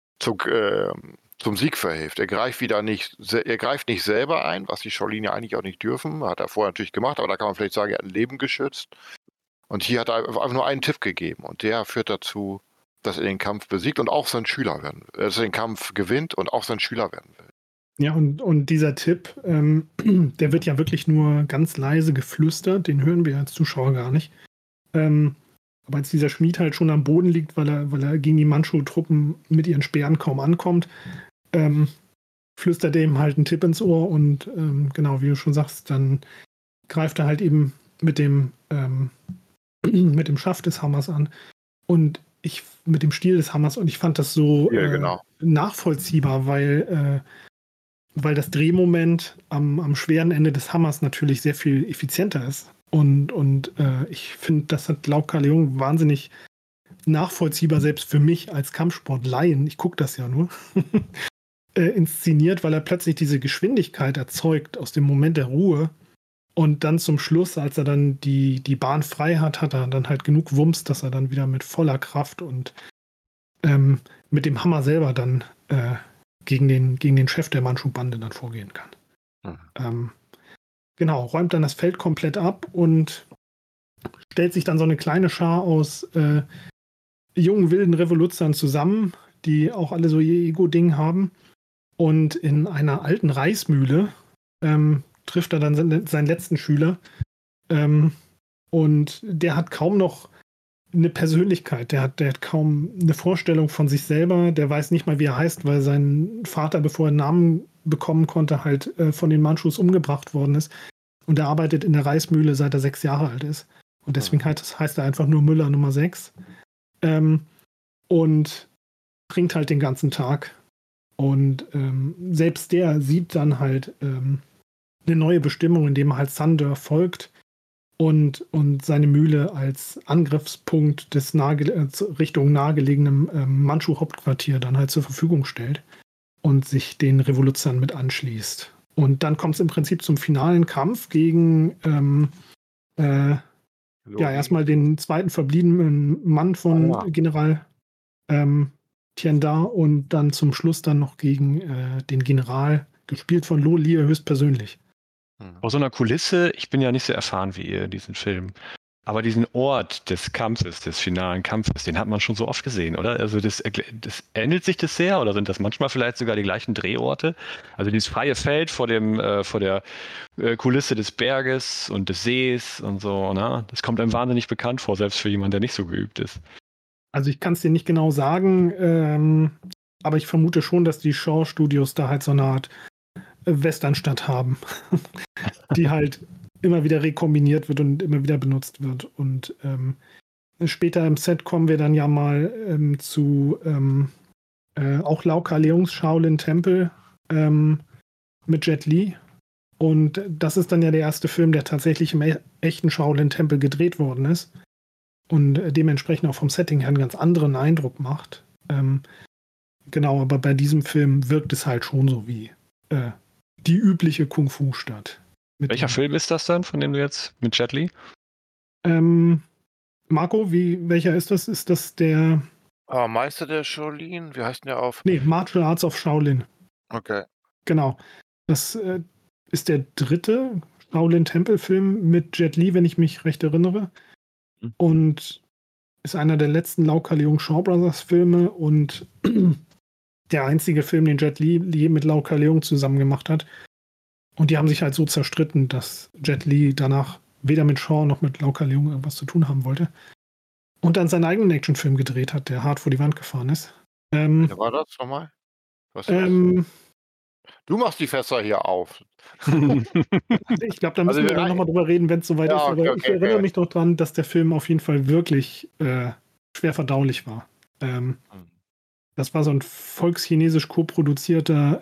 Sieg verhilft. Er greift nicht selber ein, was die Shaolin ja eigentlich auch nicht dürfen. Hat er vorher natürlich gemacht, aber da kann man vielleicht sagen, er hat ein Leben geschützt. Und hier hat er einfach nur einen Tipp gegeben. Und der führt dazu, dass er den Kampf besiegt und auch sein Schüler werden, dass er den Kampf gewinnt und auch sein Schüler werden will. Ja, und dieser Tipp, der wird ja wirklich nur ganz leise geflüstert, den hören wir als Zuschauer gar nicht. Aber als dieser Schmied halt schon am Boden liegt, weil er gegen die Mandschu-Truppen mit ihren Speeren kaum ankommt, flüstert er ihm halt einen Tipp ins Ohr und genau, wie du schon sagst, dann greift er halt eben mit dem Schaft des Hammers an und mit dem Stiel des Hammers und ich fand das so nachvollziehbar, weil das Drehmoment am schweren Ende des Hammers natürlich sehr viel effizienter ist. Und ich finde, das hat Lau Ka-Leung wahnsinnig nachvollziehbar, selbst für mich als Kampfsportlaien, ich gucke das ja nur, inszeniert, weil er plötzlich diese Geschwindigkeit erzeugt aus dem Moment der Ruhe und dann zum Schluss, als er dann die Bahn frei hat er dann halt genug Wumms, dass er dann wieder mit voller Kraft und mit dem Hammer selber dann gegen den Chef der Mandschu-Bande dann vorgehen kann. Genau, räumt dann das Feld komplett ab und stellt sich dann so eine kleine Schar aus jungen, wilden Revoluzern zusammen, die auch alle so ihr Ego-Ding haben. Und in einer alten Reismühle trifft er dann seinen letzten Schüler. Und der hat kaum noch eine Persönlichkeit, der hat kaum eine Vorstellung von sich selber, der weiß nicht mal, wie er heißt, weil sein Vater, bevor er einen Namen bekommen konnte, halt von den Mandschus umgebracht worden ist. Und er arbeitet in der Reismühle, seit er 6 Jahre alt ist. Und deswegen heißt er einfach nur Müller Nummer 6. Und trinkt halt den ganzen Tag. Und selbst der sieht dann halt eine neue Bestimmung, indem er halt Sandor folgt und seine Mühle als Angriffspunkt des Richtung nahegelegenem Mandschu-Hauptquartier dann halt zur Verfügung stellt und sich den Revoluzern mit anschließt. Und dann kommt es im Prinzip zum finalen Kampf gegen erstmal den zweiten verbliebenen Mann von General Tian-Da und dann zum Schluss dann noch gegen den General, gespielt von Lo Lieh höchstpersönlich. Aus so einer Kulisse, ich bin ja nicht so erfahren wie ihr diesen Film, Aber diesen Ort des Kampfes, des finalen Kampfes, den hat man schon so oft gesehen, oder? Also das ähnelt sich das sehr oder sind das manchmal vielleicht sogar die gleichen Drehorte? Also dieses freie Feld vor der Kulisse des Berges und des Sees und so, ne? Das kommt einem wahnsinnig bekannt vor, selbst für jemanden, der nicht so geübt ist. Also ich kann es dir nicht genau sagen, aber ich vermute schon, dass die Shaw-Studios da halt so eine Art Westernstadt haben, die halt immer wieder rekombiniert wird und immer wieder benutzt wird. Und später im Set kommen wir dann ja mal zu auch Lau Ka-Leungs Shaolin Tempel mit Jet Li. Und das ist dann ja der erste Film, der tatsächlich im echten Shaolin Tempel gedreht worden ist. Und dementsprechend auch vom Setting her einen ganz anderen Eindruck macht. Genau, aber bei diesem Film wirkt es halt schon so wie die übliche Kung-Fu-Stadt. Welcher Film ist das dann, von dem du jetzt mit Jet Li? Marco, welcher ist das? Ist das der... Meister der Shaolin? Wie heißt denn der auf? Nee, Martial Arts of Shaolin. Okay. Genau. Das ist der dritte Shaolin-Tempel-Film mit Jet Li, wenn ich mich recht erinnere. Und ist einer der letzten Lau Ka-Leung Shaw Brothers Filme und der einzige Film, den Jet Li je mit Lau Ka-Leung zusammen gemacht hat. Und die haben sich halt so zerstritten, dass Jet Li danach weder mit Shaw noch mit Lau Ka-Leung irgendwas zu tun haben wollte. Und dann seinen eigenen Actionfilm gedreht hat, der hart vor die Wand gefahren ist. Wer war das nochmal? Du machst die Fässer hier auf. Ich glaube, da müssen wir dann nochmal drüber reden, wenn es soweit ist. Aber ich erinnere mich noch dran, dass der Film auf jeden Fall wirklich schwer verdaulich war. Das war so ein volkschinesisch koproduzierter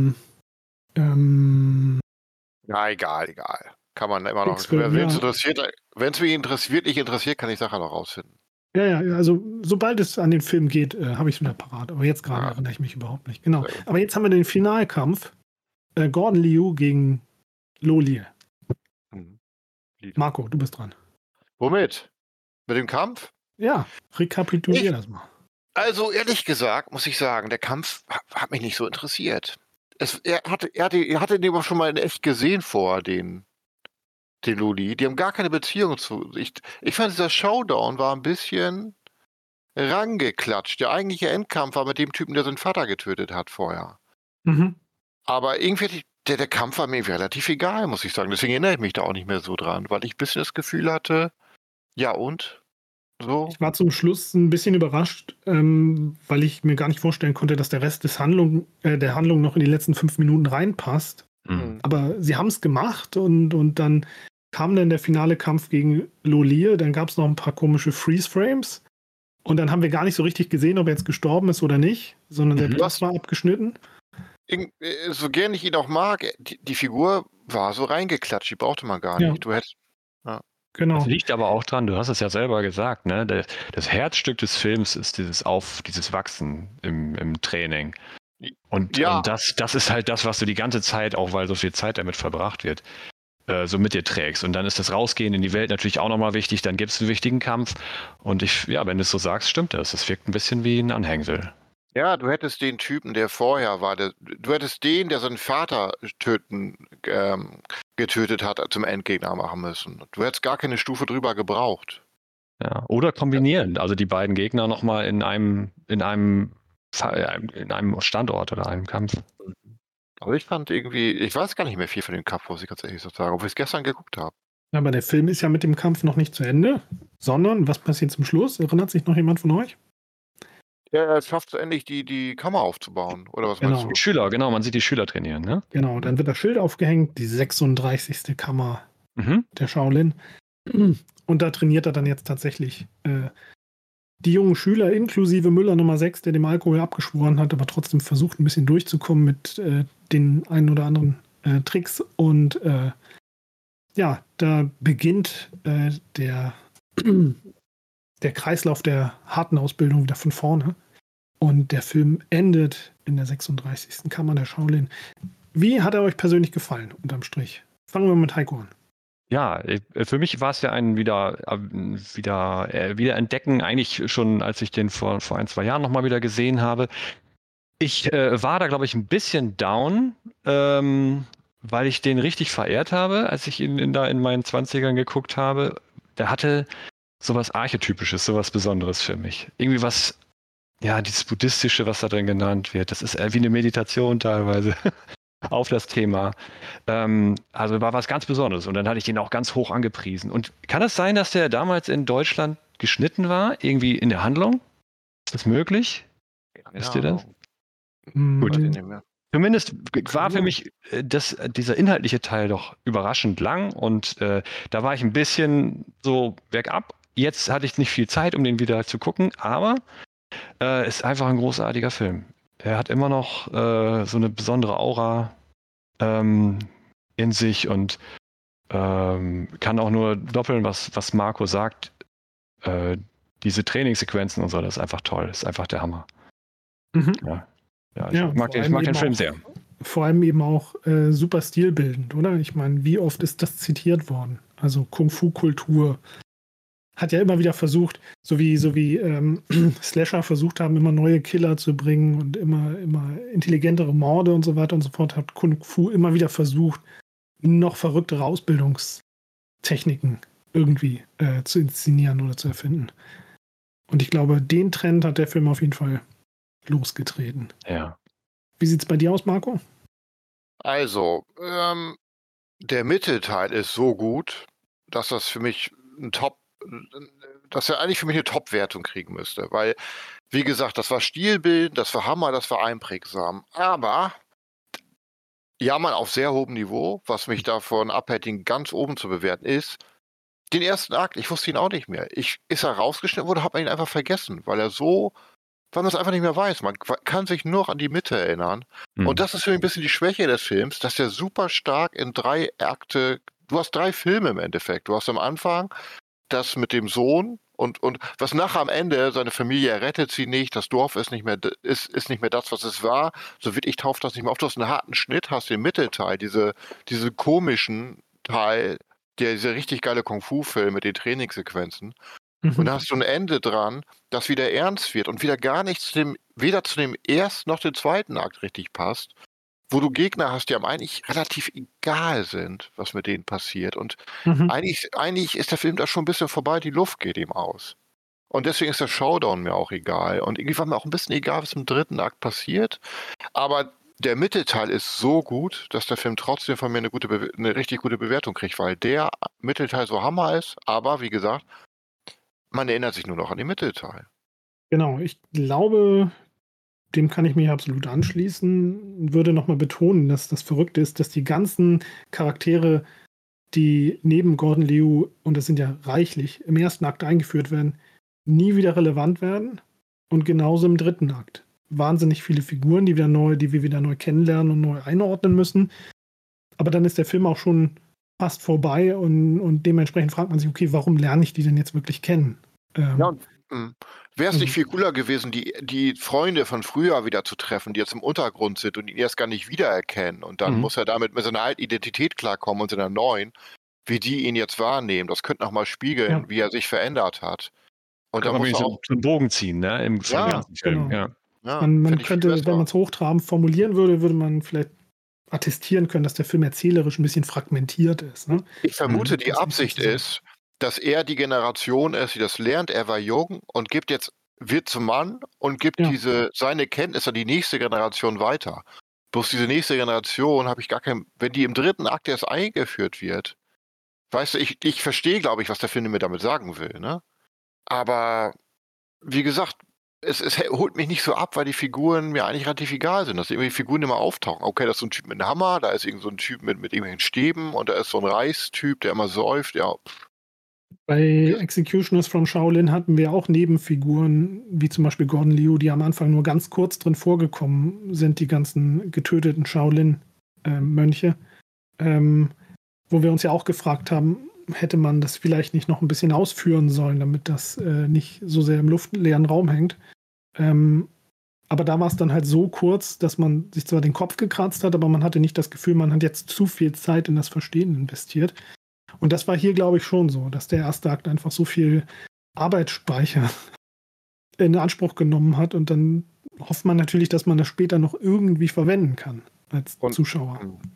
ja, egal. Kann man immer noch. Wenn es mich wirklich interessiert, kann ich Sachen noch rausfinden. Ja, also sobald es an den Film geht, habe ich es wieder parat. Aber jetzt gerade erinnere ich mich überhaupt nicht. Genau. Aber jetzt haben wir den Finalkampf. Gordon Liu gegen Lo Lieh. Marco, du bist dran. Womit? Mit dem Kampf? Ja, rekapitulier das mal. Also ehrlich gesagt, muss ich sagen, der Kampf hat mich nicht so interessiert. Er hatte den aber schon mal in echt gesehen vor, den Lo Lieh. Die haben gar keine Beziehung zu. Ich fand, dieser Showdown war ein bisschen rangeklatscht. Der eigentliche Endkampf war mit dem Typen, der seinen Vater getötet hat vorher. Mhm. Aber irgendwie der Kampf war mir relativ egal, muss ich sagen. Deswegen erinnere ich mich da auch nicht mehr so dran, weil ich ein bisschen das Gefühl hatte, ja und? So. Ich war zum Schluss ein bisschen überrascht, weil ich mir gar nicht vorstellen konnte, dass der Rest der Handlung noch in die letzten 5 Minuten reinpasst. Aber sie haben es gemacht und dann kam dann der finale Kampf gegen Lo Lieh. Dann gab es noch ein paar komische Freeze-Frames. Und dann haben wir gar nicht so richtig gesehen, ob er jetzt gestorben ist oder nicht, sondern der Platz war abgeschnitten. So gern ich ihn auch mag, die Figur war so reingeklatscht, die brauchte man gar nicht. Du hättest. Genau. Das liegt aber auch dran, du hast es ja selber gesagt, ne? Das Herzstück des Films ist dieses Wachsen im Training. Und das ist halt das, was du die ganze Zeit, auch weil so viel Zeit damit verbracht wird, so mit dir trägst. Und dann ist das Rausgehen in die Welt natürlich auch nochmal wichtig, dann gibt es einen wichtigen Kampf. Und wenn du es so sagst, stimmt das. Es wirkt ein bisschen wie ein Anhängsel. Ja, du hättest den Typen, der vorher war, du hättest den, der seinen Vater getötet hat, zum Endgegner machen müssen. Du hättest gar keine Stufe drüber gebraucht. Ja, oder kombinieren, also die beiden Gegner nochmal in einem Standort oder einem Kampf. Aber ich fand irgendwie, ich weiß gar nicht mehr viel von dem Kampf, muss ich ganz ehrlich so sagen, obwohl ich es gestern geguckt habe. Aber der Film ist ja mit dem Kampf noch nicht zu Ende, sondern was passiert zum Schluss? Erinnert sich noch jemand von euch? Ja, er schafft es endlich, die Kammer aufzubauen. Oder was meinst du? Die Schüler, genau, man sieht die Schüler trainieren, ne? Genau, dann wird das Schild aufgehängt, die 36. Kammer der Shaolin. Und da trainiert er dann jetzt tatsächlich die jungen Schüler, inklusive Müller Nummer 6, der dem Alkohol abgeschworen hat, aber trotzdem versucht, ein bisschen durchzukommen mit den einen oder anderen Tricks. Und da beginnt der Kreislauf der harten Ausbildung wieder von vorne. Und der Film endet in der 36. Kammer der Shaolin. Wie hat er euch persönlich gefallen, unterm Strich? Fangen wir mit Heiko an. Ja, für mich war es ja ein Wiederentdecken, eigentlich schon, als ich den vor 1-2 Jahren nochmal wieder gesehen habe. Ich war da, glaube ich, ein bisschen down, weil ich den richtig verehrt habe, als ich ihn in meinen 20ern geguckt habe. der hatte sowas Archetypisches, sowas Besonderes für mich. Irgendwie was, ja, dieses Buddhistische, was da drin genannt wird, das ist wie eine Meditation teilweise auf das Thema. Also war was ganz Besonderes und dann hatte ich den auch ganz hoch angepriesen. Und kann es sein, dass der damals in Deutschland geschnitten war, irgendwie in der Handlung? Ist das möglich? Wisst ihr das? Gut. Zumindest war für mich dieser inhaltliche Teil doch überraschend lang und da war ich ein bisschen so bergab. Jetzt hatte ich nicht viel Zeit, um den wieder zu gucken, aber ist einfach ein großartiger Film. Er hat immer noch so eine besondere Aura in sich und kann auch nur doppeln, was Marco sagt. Diese Trainingssequenzen und so, das ist einfach toll. Das ist einfach der Hammer. Mhm. Ich mag den Film sehr. Vor allem eben auch super stilbildend, oder? Ich meine, wie oft ist das zitiert worden? Also Kung-Fu-Kultur hat ja immer wieder versucht, so wie Slasher versucht haben, immer neue Killer zu bringen und immer intelligentere Morde und so weiter und so fort, hat Kung-Fu immer wieder versucht, noch verrücktere Ausbildungstechniken irgendwie zu inszenieren oder zu erfinden. Und ich glaube, den Trend hat der Film auf jeden Fall losgetreten. Ja. Wie sieht es bei dir aus, Marco? Also, der Mittelteil ist so gut, dass das für mich dass er eigentlich für mich eine Top-Wertung kriegen müsste. Weil, wie gesagt, das war stilbildend, das war Hammer, das war einprägsam. Aber ja, man auf sehr hohem Niveau, was mich davon abhält, ihn ganz oben zu bewerten, ist den ersten Akt. Ich wusste ihn auch nicht mehr. Ist er rausgeschnitten wurde, hat man ihn einfach vergessen, weil man es einfach nicht mehr weiß. Man kann sich nur noch an die Mitte erinnern. Und das ist für mich ein bisschen die Schwäche des Films, dass der super stark in 3 Akte, du hast 3 Filme im Endeffekt. Du hast am Anfang das mit dem Sohn und was nachher am Ende, seine Familie rettet sie nicht, das Dorf ist nicht mehr das, was es war, so wird tauft das nicht mehr auf. Du hast einen harten Schnitt, hast den Mittelteil, diese komischen Teil, dieser richtig geile Kung-Fu-Film mit den Trainingssequenzen. Und da hast du ein Ende dran, das wieder ernst wird und wieder gar nichts weder zu dem ersten noch dem zweiten Akt richtig passt, wo du Gegner hast, die einem eigentlich relativ egal sind, was mit denen passiert. Und eigentlich ist der Film da schon ein bisschen vorbei, die Luft geht ihm aus. Und deswegen ist der Showdown mir auch egal. Und irgendwie war mir auch ein bisschen egal, was im dritten Akt passiert. Aber der Mittelteil ist so gut, dass der Film trotzdem von mir eine richtig gute Bewertung kriegt, weil der Mittelteil so Hammer ist. Aber wie gesagt, man erinnert sich nur noch an den Mittelteil. Genau, ich glaube, dem kann ich mich absolut anschließen. Würde nochmal betonen, dass das Verrückte ist, dass die ganzen Charaktere, die neben Gordon Liu, und das sind ja reichlich, im ersten Akt eingeführt werden, nie wieder relevant werden. Und genauso im dritten Akt. Wahnsinnig viele Figuren, die wir wieder neu kennenlernen und neu einordnen müssen. Aber dann ist der Film auch schon fast vorbei und dementsprechend fragt man sich, okay, warum lerne ich die denn jetzt wirklich kennen? Wäre es nicht viel cooler gewesen, die Freunde von früher wieder zu treffen, die jetzt im Untergrund sind und ihn erst gar nicht wiedererkennen und dann muss er damit mit seiner alten Identität klarkommen und seiner neuen, wie die ihn jetzt wahrnehmen. Das könnte nochmal spiegeln, wie er sich verändert hat. Und da muss man auch so einen Bogen ziehen, ne? Im ganzen Film. Genau. Ja, man könnte, wenn man es hochtrabend formulieren würde man vielleicht attestieren können, dass der Film erzählerisch ein bisschen fragmentiert ist. Ne? Ich vermute, die Absicht ist, dass er die Generation ist, die das lernt. Er war jung und wird zum Mann und gibt seine Kenntnisse an die nächste Generation weiter. Bloß diese nächste Generation habe ich wenn die im dritten Akt erst eingeführt wird, weißt du, ich verstehe, glaube ich, was der Film mir damit sagen will, ne? Aber, wie gesagt, es holt mich nicht so ab, weil die Figuren mir eigentlich relativ egal sind, dass irgendwie Figuren immer auftauchen. Okay, das ist so ein Typ mit einem Hammer, da ist irgend so ein Typ mit irgendwelchen Stäben und da ist so ein Reichstyp, der immer säuft, ja. Bei Executioners from Shaolin hatten wir auch Nebenfiguren, wie zum Beispiel Gordon Liu, die am Anfang nur ganz kurz drin vorgekommen sind, die ganzen getöteten Shaolin-Mönche. Wo wir uns ja auch gefragt haben, hätte man das vielleicht nicht noch ein bisschen ausführen sollen, damit das nicht so sehr im luftleeren Raum hängt. Aber da war es dann halt so kurz, dass man sich zwar den Kopf gekratzt hat, aber man hatte nicht das Gefühl, man hat jetzt zu viel Zeit in das Verstehen investiert. Und das war hier, glaube ich, schon so, dass der erste Akt einfach so viel Arbeitsspeicher in Anspruch genommen hat und dann hofft man natürlich, dass man das später noch irgendwie verwenden kann als Zuschauer.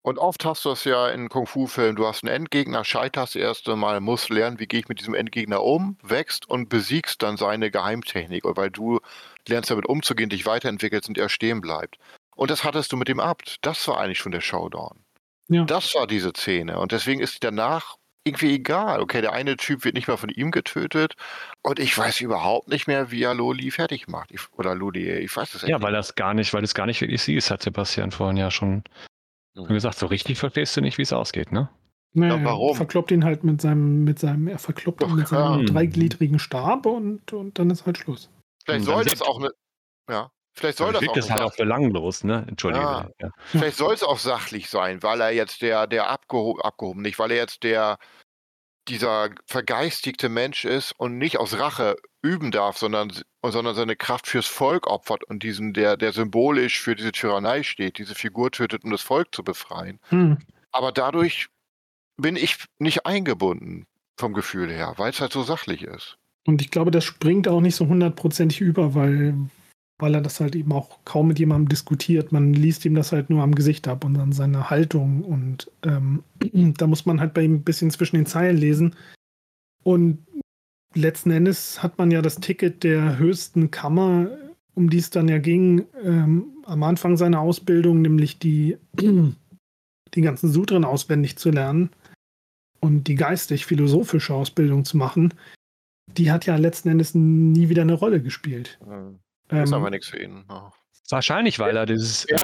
Und oft hast du es ja in Kung-Fu-Filmen, du hast einen Endgegner, scheiterst das erste Mal, musst lernen, wie gehe ich mit diesem Endgegner um, wächst und besiegst dann seine Geheimtechnik, weil du lernst damit umzugehen, dich weiterentwickelst und er stehen bleibt. Und das hattest du mit dem Abt. Das war eigentlich schon der Showdown. Ja. Das war diese Szene. Und deswegen ist danach irgendwie egal. Okay, der eine Typ wird nicht mal von ihm getötet und ich weiß überhaupt nicht mehr, wie er Loli fertig macht. Oder Loli, ich weiß es Ja, weil du es gar nicht wirklich siehst, hat Sebastian vorhin ja schon gesagt, so richtig verstehst du nicht, wie es ausgeht, ne? Naja, Ja, warum? Er verkloppt ihn halt mit seinem dreigliedrigen Stab und dann ist halt Schluss. Vielleicht soll das auch eine. Ja. Vielleicht soll das auch. Das halt auch belanglos, ne? Entschuldige. Ja. Vielleicht soll es auch sachlich sein, weil er jetzt der abgehoben, nicht, weil er jetzt dieser vergeistigte Mensch ist und nicht aus Rache üben darf, sondern seine Kraft fürs Volk opfert und der symbolisch für diese Tyrannei steht, diese Figur tötet, um das Volk zu befreien. Aber dadurch bin ich nicht eingebunden vom Gefühl her, weil es halt so sachlich ist. Und ich glaube, das springt auch nicht so 100% über, weil er das halt eben auch kaum mit jemandem diskutiert. Man liest ihm das halt nur am Gesicht ab und an seiner Haltung. Und da muss man halt bei ihm ein bisschen zwischen den Zeilen lesen. Und letzten Endes hat man ja das Ticket der höchsten Kammer, um die es dann ja ging, am Anfang seiner Ausbildung, nämlich die ganzen Sutren auswendig zu lernen und die geistig-philosophische Ausbildung zu machen. Die hat ja letzten Endes nie wieder eine Rolle gespielt. Ist aber nichts für ihn. Oh. Wahrscheinlich, weil er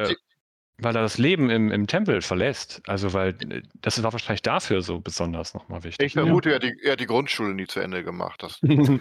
das Leben im Tempel verlässt. Also, weil das war wahrscheinlich dafür so besonders nochmal wichtig. Ich vermute, er hat die Grundschule nie zu Ende gemacht. Du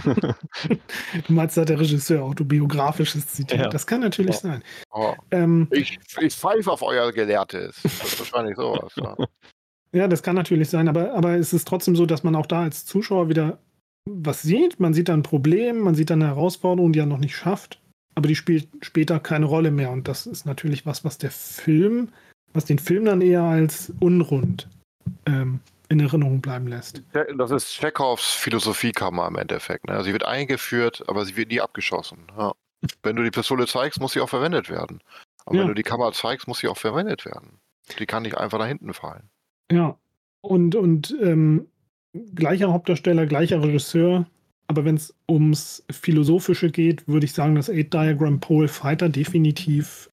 meinst, da hat der Regisseur autobiografisches zitiert. Ja. Das kann natürlich sein. Oh. Ich pfeife auf euer Gelehrtes. Das ist wahrscheinlich sowas. Ja, das kann natürlich sein, aber es ist trotzdem so, dass man auch da als Zuschauer wieder was sieht. Man sieht da ein Problem, man sieht da eine Herausforderung, die er noch nicht schafft, aber die spielt später keine Rolle mehr. Und das ist natürlich was den Film dann eher als unrund in Erinnerung bleiben lässt. Das ist Tschechows Philosophiekammer im Endeffekt. Ne? Sie wird eingeführt, aber sie wird nie abgeschossen. Ja. Wenn du die Pistole zeigst, muss sie auch verwendet werden. Aber wenn du die Kammer zeigst, muss sie auch verwendet werden. Die kann nicht einfach nach hinten fallen. Ja, und gleicher Hauptdarsteller, gleicher Regisseur, aber wenn es ums Philosophische geht, würde ich sagen, dass 8-Diagram Pole Fighter definitiv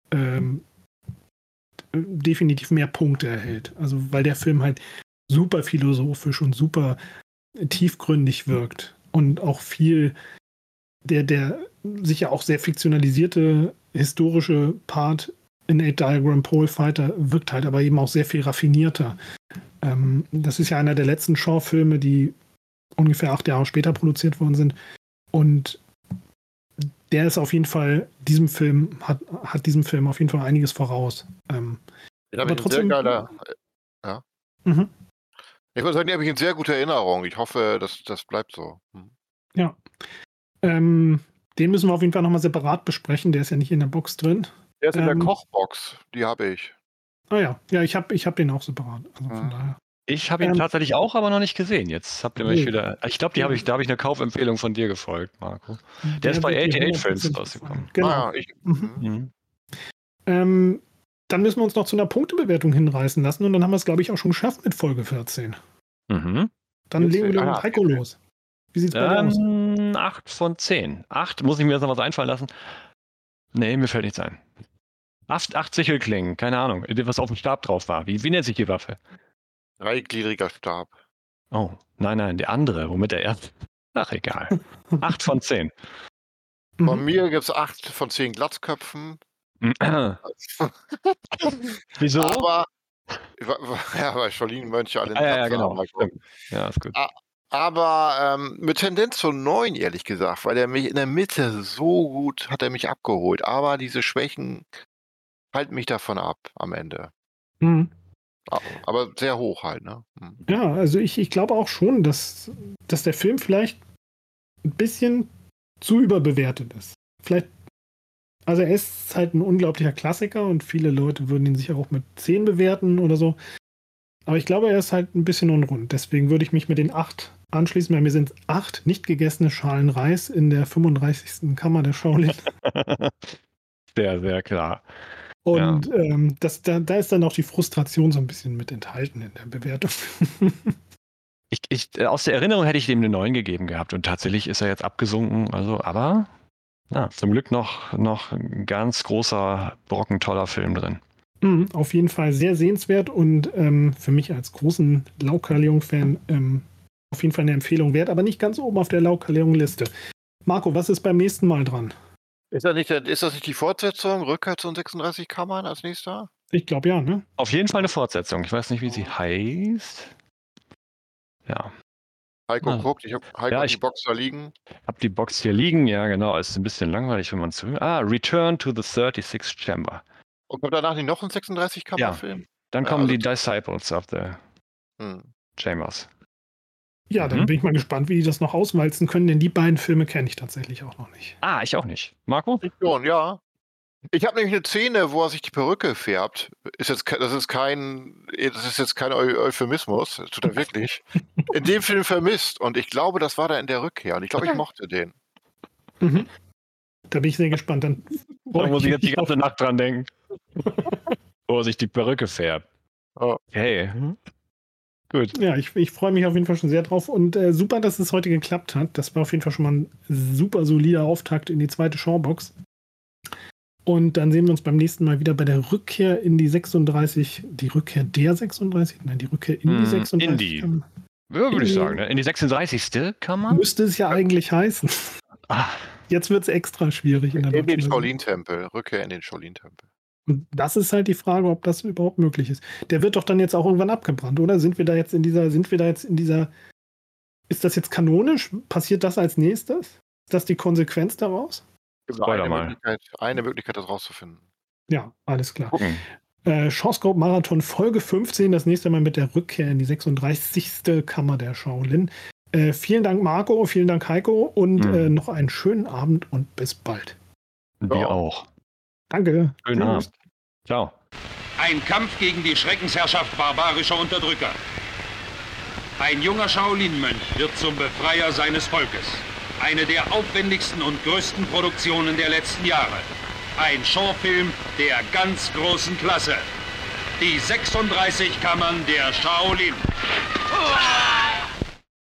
mehr Punkte erhält. Also weil der Film halt super philosophisch und super tiefgründig wirkt und auch viel der sicher auch sehr fiktionalisierte historische Part in 8-Diagram Pole Fighter wirkt halt aber eben auch sehr viel raffinierter. Das ist ja einer der letzten Shaw-Filme, die ungefähr 8 Jahre später produziert worden sind. Und der ist auf jeden Fall, hat diesem Film auf jeden Fall einiges voraus. Aber trotzdem. Sehr geiler, ja. Mhm. Ich würde sagen, die habe ich in sehr guter Erinnerung. Ich hoffe, das bleibt so. Ja. Den müssen wir auf jeden Fall nochmal separat besprechen. Der ist ja nicht in der Box drin. Der ist in der Kochbox. Die habe ich. Ah ja, ich hab den auch separat. Also von daher. Ich habe ihn tatsächlich auch, aber noch nicht gesehen. Jetzt habt ihr mich wieder. Ich glaube, da habe ich eine Kaufempfehlung von dir gefolgt, Marco. Der ist bei 88 Films rausgekommen. Genau. Dann müssen wir uns noch zu einer Punktebewertung hinreißen lassen und dann haben wir es, glaube ich, auch schon geschafft mit Folge 14. Mhm. Dann legen wir mit Heiko los. Wie sieht's bei dir aus? 8 von 10. 8, muss ich mir jetzt noch was einfallen lassen? Nee, mir fällt nichts ein. 8 Sichelklingen, keine Ahnung, was auf dem Stab drauf war. Wie nennt sich die Waffe? Dreigliedriger Stab. Oh, nein, der andere, womit er erst. Ach, egal. 8 von 10. Von mir gibt es 8 von 10 Glatzköpfen. Wieso? Aber, weil Scholin-Mönche alle ja, genau. Ja, ist gut. Aber mit Tendenz zu 9, ehrlich gesagt, weil er mich in der Mitte so gut hat er mich abgeholt. Aber diese Schwächen halten mich davon ab am Ende. Mhm. Aber sehr hoch halt, ne? Ja, also ich glaube auch schon, dass der Film vielleicht ein bisschen zu überbewertet ist. Vielleicht, also er ist halt ein unglaublicher Klassiker und viele Leute würden ihn sicher auch mit 10 bewerten oder so. Aber ich glaube, er ist halt ein bisschen unrund. Deswegen würde ich mich mit den 8 anschließen, weil mir sind 8 nicht gegessene Schalen Reis in der 35. Kammer der Shaolin. Sehr, sehr klar. Und da ist dann auch die Frustration so ein bisschen mit enthalten in der Bewertung. Aus der Erinnerung hätte ich dem eine 9 gegeben gehabt und tatsächlich ist er jetzt abgesunken. Also, aber zum Glück noch ein ganz großer Brocken toller Film drin. Auf jeden Fall sehr sehenswert und für mich als großen Laukalion-Fan auf jeden Fall eine Empfehlung wert, aber nicht ganz oben auf der Laukalion-Liste. Marco, was ist beim nächsten Mal dran? Ist das nicht die Fortsetzung? Rückkehr zu 36 Kammern als nächster? Ich glaube ja, ne? Auf jeden Fall eine Fortsetzung. Ich weiß nicht, wie sie heißt. Ja. Heiko guckt, ich habe die Box da liegen. Hab die Box hier liegen, ja genau. Es ist ein bisschen langweilig, wenn man zu. Return to the 36th Chamber. Und kommt danach nicht noch ein 36-Kammer-Film? Dann kommen die Disciples of the Chambers. Ja, dann bin ich mal gespannt, wie die das noch auswalzen können, denn die beiden Filme kenne ich tatsächlich auch noch nicht. Ich auch nicht. Marco? Ja. Ich habe nämlich eine Szene, wo er sich die Perücke färbt. Das ist jetzt kein Euphemismus. Das tut er wirklich. In dem Film vermisst. Und ich glaube, das war da in der Rückkehr. Und ich glaube, ich mochte den. Mhm. Da bin ich sehr gespannt. Da muss ich jetzt die ganze Nacht dran denken. Wo er sich die Perücke färbt. Okay. Gut. Ja, ich freue mich auf jeden Fall schon sehr drauf und super, dass es heute geklappt hat. Das war auf jeden Fall schon mal ein super solider Auftakt in die zweite Showbox. Und dann sehen wir uns beim nächsten Mal wieder bei der Rückkehr in die 36. Die Rückkehr der 36? Nein, die Rückkehr in die 36. Würde ich sagen, ne? In die 36. Kammer? Müsste es ja eigentlich heißen. Jetzt wird es extra schwierig. In den Shaolin-Tempel. Rückkehr in den Shaolin-Tempel. Und das ist halt die Frage, ob das überhaupt möglich ist. Der wird doch dann jetzt auch irgendwann abgebrannt, oder? Ist das jetzt kanonisch? Passiert das als nächstes? Ist das die Konsequenz daraus? Eine Möglichkeit, das rauszufinden. Ja, alles klar. Shawscope Marathon Folge 15, das nächste Mal mit der Rückkehr in die 36. Kammer der Shaolin. Vielen Dank, Marco, vielen Dank, Heiko und noch einen schönen Abend und bis bald. Wir auch. Danke. Schönen Abend. Ciao. Ein Kampf gegen die Schreckensherrschaft barbarischer Unterdrücker. Ein junger Shaolin-Mönch wird zum Befreier seines Volkes. Eine der aufwendigsten und größten Produktionen der letzten Jahre. Ein Shaw-Film der ganz großen Klasse. Die 36 Kammern der Shaolin.